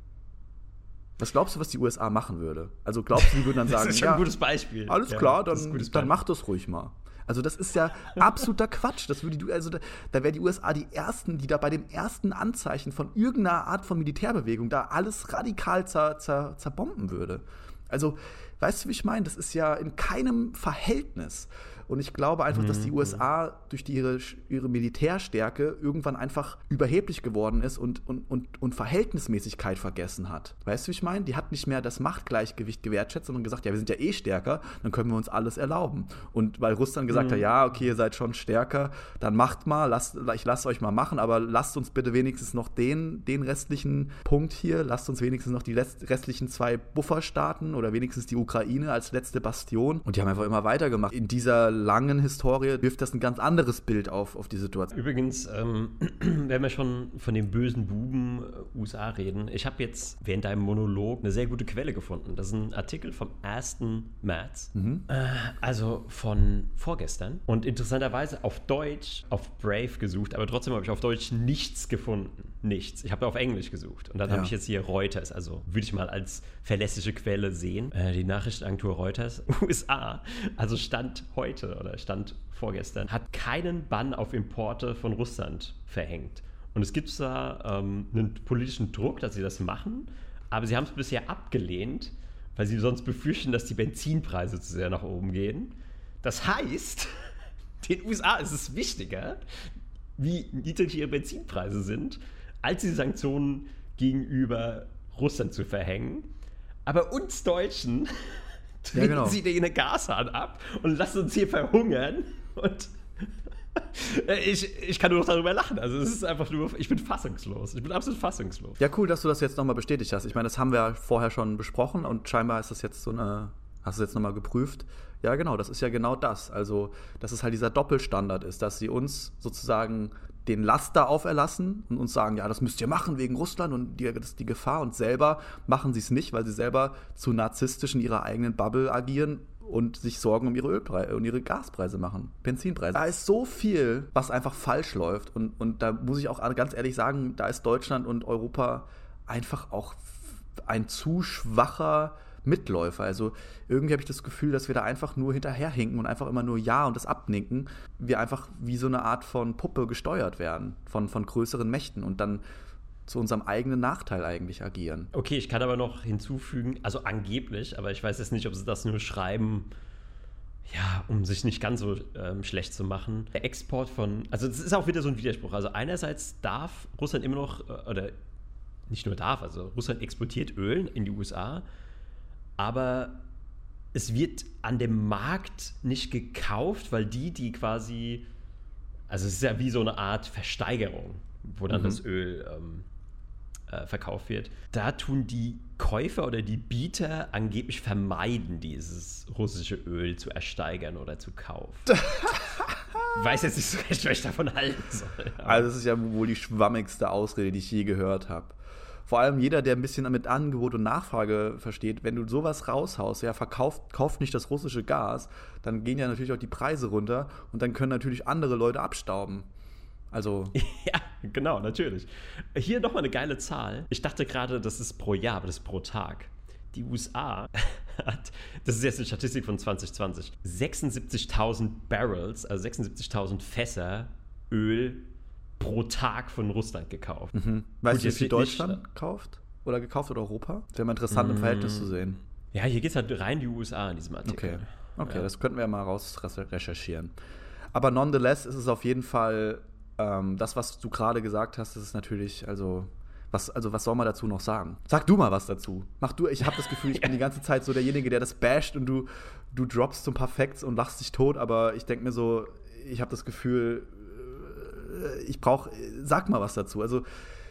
Was glaubst du, was die U S A machen würde? Also glaubst du, die würden dann sagen, das ist schon ja, ein gutes Beispiel. Alles ja, klar, dann, dann mach das ruhig mal. Also das ist ja absoluter Quatsch. Das würde die, also da, da wäre die U S A die Ersten, die da bei dem ersten Anzeichen von irgendeiner Art von Militärbewegung da alles radikal zer, zer, zerbomben würde. Also, weißt du, wie ich meine? Das ist ja in keinem Verhältnis. Und ich glaube einfach, mhm. dass die U S A durch die, ihre, ihre Militärstärke irgendwann einfach überheblich geworden ist und, und, und, und Verhältnismäßigkeit vergessen hat. Weißt du, wie ich meine? Die hat nicht mehr das Machtgleichgewicht gewertschätzt, sondern gesagt, ja, wir sind ja eh stärker, dann können wir uns alles erlauben. Und weil Russland gesagt mhm. hat, ja, okay, ihr seid schon stärker, dann macht mal, lasst, ich lasse euch mal machen, aber lasst uns bitte wenigstens noch den, den restlichen Punkt hier, lasst uns wenigstens noch die restlichen zwei Bufferstaaten oder wenigstens die Ukraine als letzte Bastion. Und die haben einfach immer weitergemacht. In dieser langen Historie wirft das ein ganz anderes Bild auf, auf die Situation. Übrigens, ähm, wenn wir schon von dem bösen Buben äh, U S A reden, ich habe jetzt während deinem Monolog eine sehr gute Quelle gefunden. Das ist ein Artikel vom ersten März, mhm. äh, also von vorgestern. Und interessanterweise auf Deutsch, auf Brave gesucht, aber trotzdem habe ich auf Deutsch nichts gefunden. Nichts. Ich habe auf Englisch gesucht. Und dann ja. habe ich jetzt hier Reuters, also würde ich mal als verlässliche Quelle sehen. Äh, die Nachrichtenagentur Reuters, U S A, also Stand heute oder Stand vorgestern, hat keinen Bann auf Importe von Russland verhängt. Und es gibt da ähm, einen politischen Druck, dass sie das machen, aber sie haben es bisher abgelehnt, weil sie sonst befürchten, dass die Benzinpreise zu sehr nach oben gehen. Das heißt, den U S A ist es wichtiger, wie niedrig ihre Benzinpreise sind, als die Sanktionen gegenüber Russland zu verhängen. Aber uns Deutschen treten ja, genau. sie den Gashahn ab und lassen uns hier verhungern. Und ich, ich kann nur noch darüber lachen. Also es ist einfach nur, ich bin fassungslos. Ich bin absolut fassungslos. Ja, cool, dass du das jetzt nochmal bestätigt hast. Ich meine, das haben wir vorher schon besprochen und scheinbar ist das jetzt so eine, hast du es jetzt nochmal geprüft. Ja, genau, das ist ja genau das. Also, dass es halt dieser Doppelstandard ist, dass sie uns sozusagen den Laster auferlassen und uns sagen, ja, das müsst ihr machen wegen Russland und die, das ist die Gefahr. Und selber machen sie es nicht, weil sie selber zu narzisstisch in ihrer eigenen Bubble agieren und sich Sorgen um ihre Ölpreise und ihre Gaspreise machen, Benzinpreise. Da ist so viel, was einfach falsch läuft. Und, und da muss ich auch ganz ehrlich sagen, da ist Deutschland und Europa einfach auch ein zu schwacher Mitläufer. Also irgendwie habe ich das Gefühl, dass wir da einfach nur hinterherhinken und einfach immer nur Ja und das abnicken. Wir einfach wie so eine Art von Puppe gesteuert werden von, von größeren Mächten und dann zu unserem eigenen Nachteil eigentlich agieren. Okay, ich kann aber noch hinzufügen, also angeblich, aber ich weiß jetzt nicht, ob sie das nur schreiben, ja, um sich nicht ganz so ähm, schlecht zu machen. Der Export von, also das ist auch wieder so ein Widerspruch. Also einerseits darf Russland immer noch, oder nicht nur darf, also Russland exportiert Öl in die U S A, aber es wird an dem Markt nicht gekauft, weil die, die quasi, also es ist ja wie so eine Art Versteigerung, wo dann mhm. das Öl ähm, äh, verkauft wird. Da tun die Käufer oder die Bieter angeblich vermeiden, dieses russische Öl zu ersteigern oder zu kaufen. Ich weiß jetzt nicht so recht, was ich davon halten soll. Also das ist ja wohl die schwammigste Ausrede, die ich je gehört habe. Vor allem jeder, der ein bisschen mit Angebot und Nachfrage versteht, wenn du sowas raushaust, ja, verkauft, kauft nicht das russische Gas, dann gehen ja natürlich auch die Preise runter und dann können natürlich andere Leute abstauben. Also Ja, genau, natürlich. Hier nochmal eine geile Zahl. Ich dachte gerade, das ist pro Jahr, aber das ist pro Tag. Die U S A hat, das ist jetzt eine Statistik von zwanzig zwanzig, sechsundsiebzigtausend Barrels, also sechsundsiebzigtausend Fässer Öl pro Tag von Russland gekauft. Mhm. Weißt Gut, du, wie jetzt viel nicht- Deutschland kauft? Oder gekauft oder Europa? Wäre mal interessant im Verhältnis zu sehen. Ja, hier geht es halt rein die U S A in diesem Artikel. Okay, okay, Ja. das könnten wir ja mal raus recherchieren. Aber nonetheless ist es auf jeden Fall, ähm, das, was du gerade gesagt hast, das ist natürlich, also was, also was soll man dazu noch sagen? Sag du mal was dazu. Mach du, ich habe das Gefühl, ich bin die ganze Zeit so derjenige, der das basht und du, du droppst so ein paar Facts und lachst dich tot, aber ich denke mir so, ich habe das Gefühl, äh, ich brauche, sag mal was dazu. Also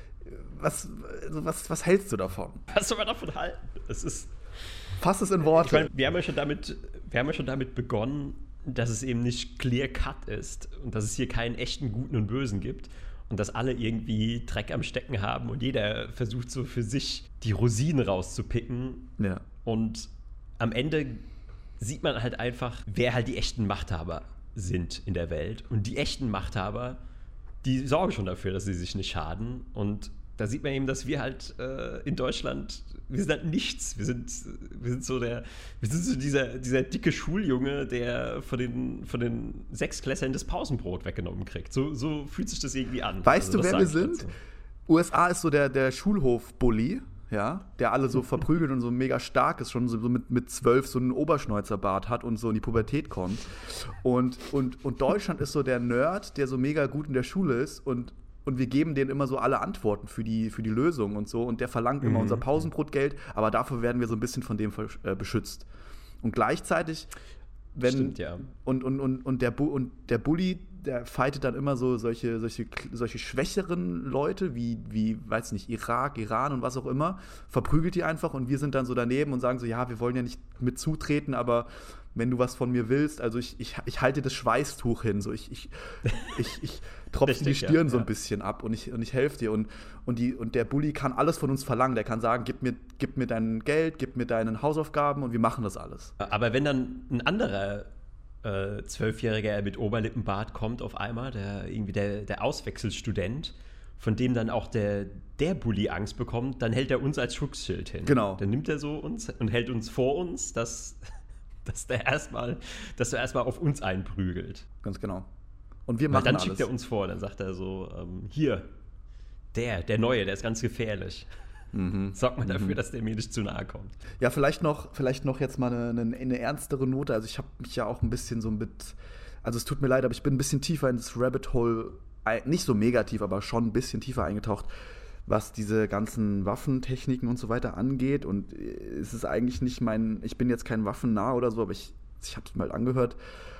was, also was, was hältst du davon? Was soll man davon halten? Es ist. Fass es in Ich Worte. meine, wir haben ja schon damit, wir haben ja schon damit begonnen, dass es eben nicht clear cut ist und dass es hier keinen echten Guten und Bösen gibt und dass alle irgendwie Dreck am Stecken haben und jeder versucht so für sich die Rosinen rauszupicken. Ja. Und am Ende sieht man halt einfach, wer halt die echten Machthaber sind in der Welt. Und die echten Machthaber, die sorgen schon dafür, dass sie sich nicht schaden. Und da sieht man eben, dass wir halt äh, in Deutschland, wir sind halt nichts. Wir sind, wir sind so der, wir sind so dieser, dieser dicke Schuljunge, der von den, von den Sechsklässlern das Pausenbrot weggenommen kriegt. So, so fühlt sich das irgendwie an. Weißt Also, du, das wer wir sag ich sind? dazu. U S A ist so der, der Schulhof-Bully, ja, der alle so verprügelt und so mega stark ist, schon so mit, mit zwölf so einen Oberschnäuzerbart hat und so in die Pubertät kommt. Und, und, und Deutschland ist so der Nerd, der so mega gut in der Schule ist und Und wir geben denen immer so alle Antworten für die, für die Lösung und so. Und der verlangt immer Mhm. unser Pausenbrotgeld, aber dafür werden wir so ein bisschen von dem äh, beschützt. Und gleichzeitig, wenn. Stimmt, ja. Und, und, und, und, der, Bu und der Bully, der fightet dann immer so solche, solche, solche schwächeren Leute wie, wie, weiß nicht, Irak, Iran und was auch immer, verprügelt die einfach und wir sind dann so daneben und sagen so, ja, wir wollen ja nicht mit zutreten, aber wenn du was von mir willst, also ich, ich, ich halte das Schweißtuch hin, so ich, ich, ich, ich tropfe die Richtig, Stirn ja, so ein ja. bisschen ab und ich, und ich helfe dir und, und, die, und der Bully kann alles von uns verlangen, der kann sagen, gib mir, gib mir dein Geld, gib mir deine Hausaufgaben und wir machen das alles. Aber wenn dann ein anderer äh, Zwölfjähriger mit Oberlippenbart kommt auf einmal, der irgendwie der, der Auswechselstudent, von dem dann auch der, der Bully Angst bekommt, dann hält er uns als Schutzschild hin. Genau. Dann nimmt er so uns und hält uns vor uns, dass, dass der erstmal, dass er erstmal auf uns einprügelt. Ganz genau. Und wir Weil machen dann alles. schickt er uns vor, dann sagt er so, ähm, hier, der, der Neue, der ist ganz gefährlich. Mhm. Sorgt mal dafür, dass der mir nicht zu nahe kommt. Ja, vielleicht noch, vielleicht noch jetzt mal eine, eine, eine ernstere Note. Also ich habe mich ja auch ein bisschen so mit, also es tut mir leid, aber ich bin ein bisschen tiefer in das Rabbit Hole, nicht so mega tief, aber schon ein bisschen tiefer eingetaucht, was diese ganzen Waffentechniken und so weiter angeht. Und es ist eigentlich nicht mein, ich bin jetzt kein Waffennah oder so, aber ich, ich habe es mal angehört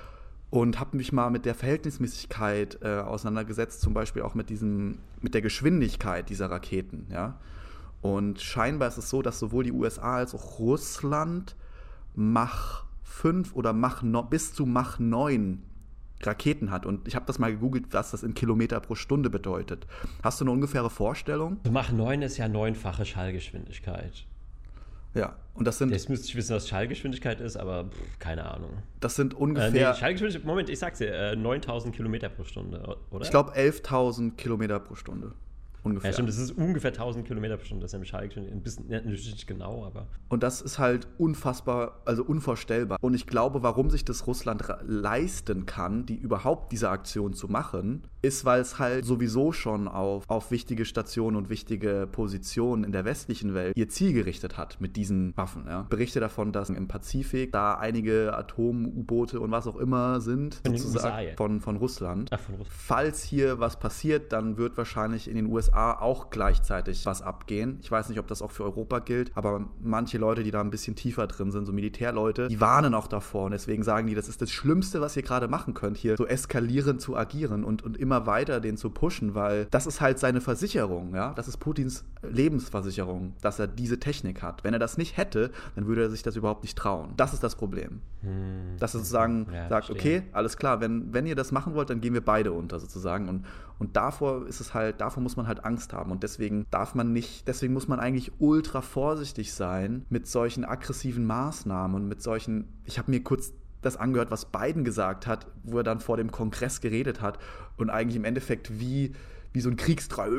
und habe mich mal mit der Verhältnismäßigkeit äh, auseinandergesetzt, zum Beispiel auch mit diesem, mit der Geschwindigkeit dieser Raketen, ja. Und scheinbar ist es so, dass sowohl die U S A als auch Russland Mach fünf oder Mach no, bis zu Mach neun Raketen hat. Und ich habe das mal gegoogelt, was das in Kilometer pro Stunde bedeutet. Hast du eine ungefähre Vorstellung? Mach neun ist ja neunfache Schallgeschwindigkeit. Ja, und das sind, Jetzt müsste ich wissen, was Schallgeschwindigkeit ist, aber pff, keine Ahnung. das sind Äh, ungefähr, nee, Schallgeschwindigkeit, Moment, ich sag's dir, äh, neuntausend Kilometer pro Stunde, oder? ich glaube, elftausend Kilometer pro Stunde. Ungefähr. Ja, stimmt, das ist ungefähr tausend Kilometer pro Stunde, das ist nämlich Schallgeschwindigkeit. Ein bisschen, ja, natürlich nicht genau, aber. Und das ist halt unfassbar, also unvorstellbar. Und ich glaube, warum sich das Russland ra- leisten kann, die überhaupt diese Aktion zu machen, ist, weil es halt sowieso schon auf, auf wichtige Stationen und wichtige Positionen in der westlichen Welt ihr Ziel gerichtet hat mit diesen Waffen. Ja. Berichte davon, dass im Pazifik da einige Atom-U-Boote und was auch immer sind, Von den U S A sozusagen jetzt. von, von Russland. Ach, von Russland. Falls hier was passiert, dann wird wahrscheinlich in den U S A auch gleichzeitig was abgehen. Ich weiß nicht, ob das auch für Europa gilt, aber manche Leute, die da ein bisschen tiefer drin sind, so Militärleute, die warnen auch davor und deswegen sagen die, das ist das Schlimmste, was ihr gerade machen könnt, hier so eskalierend zu agieren und, und immer weiter den zu pushen, weil das ist halt seine Versicherung, ja, das ist Putins Lebensversicherung, dass er diese Technik hat. Wenn er das nicht hätte, dann würde er sich das überhaupt nicht trauen. Das ist das Problem. Hm. Dass er sozusagen Ja, sagt, verstehe. okay, alles klar, wenn, wenn ihr das machen wollt, dann gehen wir beide unter sozusagen. Und, und davor ist es halt, davor muss man halt Angst haben. Und deswegen darf man nicht, deswegen muss man eigentlich ultra vorsichtig sein mit solchen aggressiven Maßnahmen und mit solchen, ich habe mir kurz das angehört, was Biden gesagt hat, wo er dann vor dem Kongress geredet hat und eigentlich im Endeffekt wie, wie so ein Kriegstrall,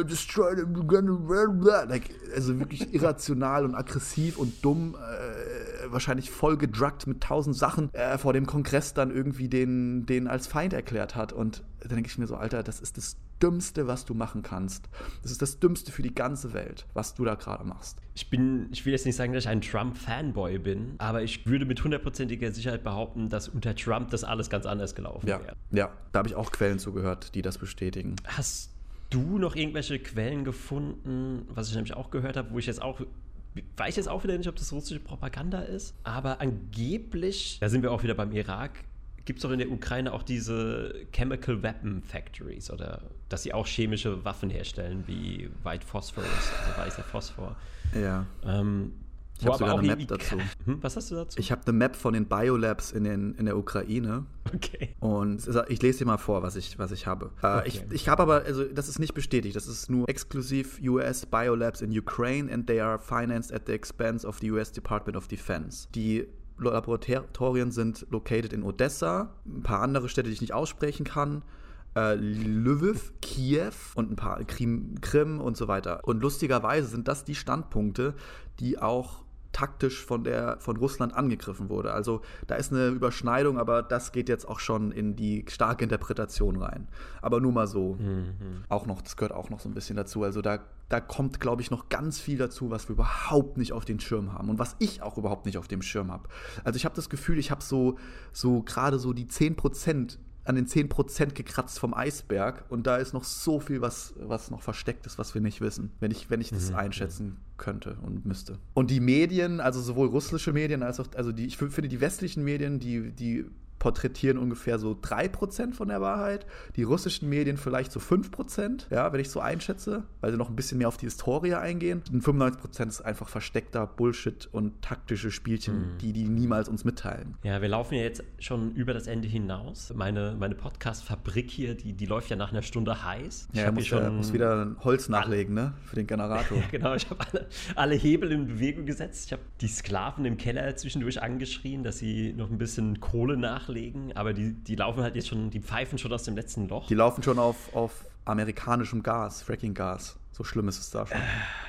like, also wirklich irrational und aggressiv und dumm, äh, wahrscheinlich voll gedruckt mit tausend Sachen, äh, vor dem Kongress dann irgendwie den, den als Feind erklärt hat. Und da denke ich mir so, Alter, das ist das Dümmste, was du machen kannst. Das ist das Dümmste für die ganze Welt, was du da gerade machst. Ich bin, ich will jetzt nicht sagen, dass ich ein Trump-Fanboy bin, aber ich würde mit hundertprozentiger Sicherheit behaupten, dass unter Trump das alles ganz anders gelaufen ja. wäre. Ja, da habe ich auch Quellen zugehört, die das bestätigen. Hast du noch irgendwelche Quellen gefunden, was ich nämlich auch gehört habe, wo ich jetzt auch, weiß ich jetzt auch wieder nicht, ob das russische Propaganda ist, aber angeblich, da sind wir auch wieder beim Irak, gibt es doch in der Ukraine auch diese Chemical Weapon Factories oder dass sie auch chemische Waffen herstellen, wie White Phosphorus, also weißer Phosphor. Ja. Ähm, ich habe sogar eine Map dazu. Hm, was hast du dazu? Ich habe eine Map von den Biolabs in, den, in der Ukraine. Okay. Und ich lese dir mal vor, was ich, was ich habe. Äh, okay. Ich, ich habe aber, also das ist nicht bestätigt, das ist nur exklusiv U S Biolabs in Ukraine and they are financed at the expense of the U S Department of Defense. Die Laboratorien sind located in Odessa, ein paar andere Städte, die ich nicht aussprechen kann, äh, Lviv, Kiew und ein paar Krim, Krim und so weiter. Und lustigerweise sind das die Standpunkte, die auch taktisch von, der, von Russland angegriffen wurde. Also da ist eine Überschneidung, aber das geht jetzt auch schon in die starke Interpretation rein. Aber nur mal so. Mhm. Auch noch, das gehört auch noch so ein bisschen dazu. Also da, da kommt, glaube ich, noch ganz viel dazu, was wir überhaupt nicht auf den Schirm haben und was ich auch überhaupt nicht auf dem Schirm habe. Also ich habe das Gefühl, ich habe so, so gerade so die zehn Prozent an den zehn Prozent gekratzt vom Eisberg und da ist noch so viel, was, was noch versteckt ist, was wir nicht wissen, wenn ich, wenn ich das mhm. einschätzen könnte und müsste. Und die Medien, also sowohl russische Medien als auch, also die, ich finde die westlichen Medien, die, die porträtieren ungefähr so drei Prozent von der Wahrheit, die russischen Medien vielleicht so fünf Prozent, ja, wenn ich so einschätze, weil sie noch ein bisschen mehr auf die Historie eingehen. Und fünfundneunzig Prozent ist einfach versteckter Bullshit und taktische Spielchen, mhm. die die niemals uns mitteilen. Ja, wir laufen ja jetzt schon über das Ende hinaus. Meine, meine Podcast-Fabrik hier, die, die läuft ja nach einer Stunde heiß. Ich ja, muss, schon ja, muss wieder Holz nachlegen, ne, für den Generator. Ja, genau, ich habe alle, alle Hebel in Bewegung gesetzt. Ich habe die Sklaven im Keller zwischendurch angeschrien, dass sie noch ein bisschen Kohle nachlegen. Aber die, die laufen halt jetzt schon, die pfeifen schon aus dem letzten Loch. Die laufen schon auf, auf amerikanischem Gas, Fracking-Gas. So schlimm ist es da schon.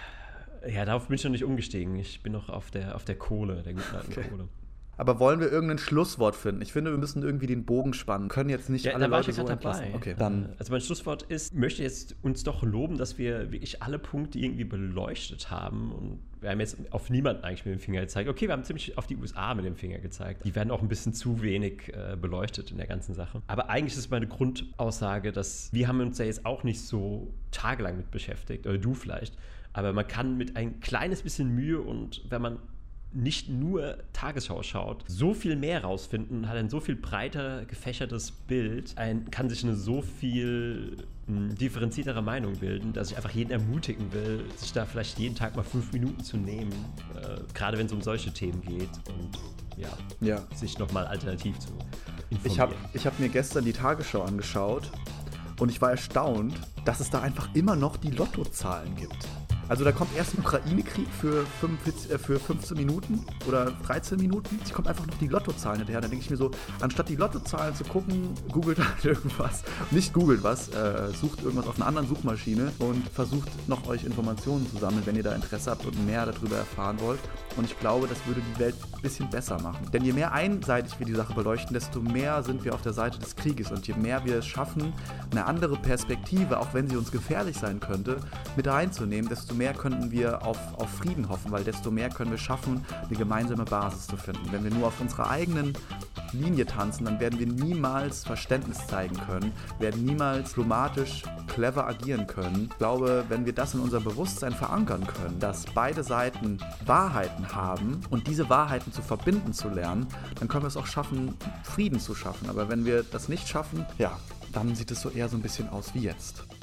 Äh, ja, darauf bin ich noch nicht umgestiegen. Ich bin noch auf der, auf der Kohle, der guten alten okay. Kohle. Aber wollen wir irgendein Schlusswort finden? Ich finde, wir müssen irgendwie den Bogen spannen. Können jetzt nicht ja, alle da war Leute ich so dabei. entlassen. Okay, dann. Also mein Schlusswort ist, ich möchte jetzt uns doch loben, dass wir wirklich alle Punkte irgendwie beleuchtet haben. Und wir haben jetzt auf niemanden eigentlich mit dem Finger gezeigt. Okay, wir haben ziemlich auf die U S A mit dem Finger gezeigt. Die werden auch ein bisschen zu wenig äh, beleuchtet in der ganzen Sache. Aber eigentlich ist meine Grundaussage, dass wir haben uns ja jetzt auch nicht so tagelang mit beschäftigt. Oder du vielleicht. Aber man kann mit ein kleines bisschen Mühe und wenn man nicht nur Tagesschau schaut, so viel mehr rausfinden, hat ein so viel breiter gefächertes Bild, ein, kann sich eine so viel mh, differenziertere Meinung bilden, dass ich einfach jeden ermutigen will, sich da vielleicht jeden Tag mal fünf Minuten zu nehmen, äh, gerade wenn es um solche Themen geht und ja, ja. sich nochmal alternativ zu informieren. Ich habe ich hab mir gestern die Tagesschau angeschaut und ich war erstaunt, dass es da einfach immer noch die Lottozahlen gibt. Also da kommt erst ein Ukraine-Krieg für, fünfundvierzig, äh, für fünfzehn Minuten oder dreizehn Minuten. Es kommt einfach noch die Lottozahlen hinterher. Da denke ich mir so, anstatt die Lottozahlen zu gucken, googelt halt irgendwas. Nicht googelt was, äh, sucht irgendwas auf einer anderen Suchmaschine und versucht noch euch Informationen zu sammeln, wenn ihr da Interesse habt und mehr darüber erfahren wollt. Und ich glaube, das würde die Welt ein bisschen besser machen. Denn je mehr einseitig wir die Sache beleuchten, desto mehr sind wir auf der Seite des Krieges. Und je mehr wir es schaffen, eine andere Perspektive, auch wenn sie uns gefährlich sein könnte, mit reinzunehmen, desto mehr mehr könnten wir auf, auf Frieden hoffen, weil desto mehr können wir schaffen, eine gemeinsame Basis zu finden. Wenn wir nur auf unserer eigenen Linie tanzen, dann werden wir niemals Verständnis zeigen können, werden niemals diplomatisch clever agieren können. Ich glaube, wenn wir das in unser Bewusstsein verankern können, dass beide Seiten Wahrheiten haben und diese Wahrheiten zu verbinden zu lernen, dann können wir es auch schaffen, Frieden zu schaffen. Aber wenn wir das nicht schaffen, ja, dann sieht es so eher so ein bisschen aus wie jetzt.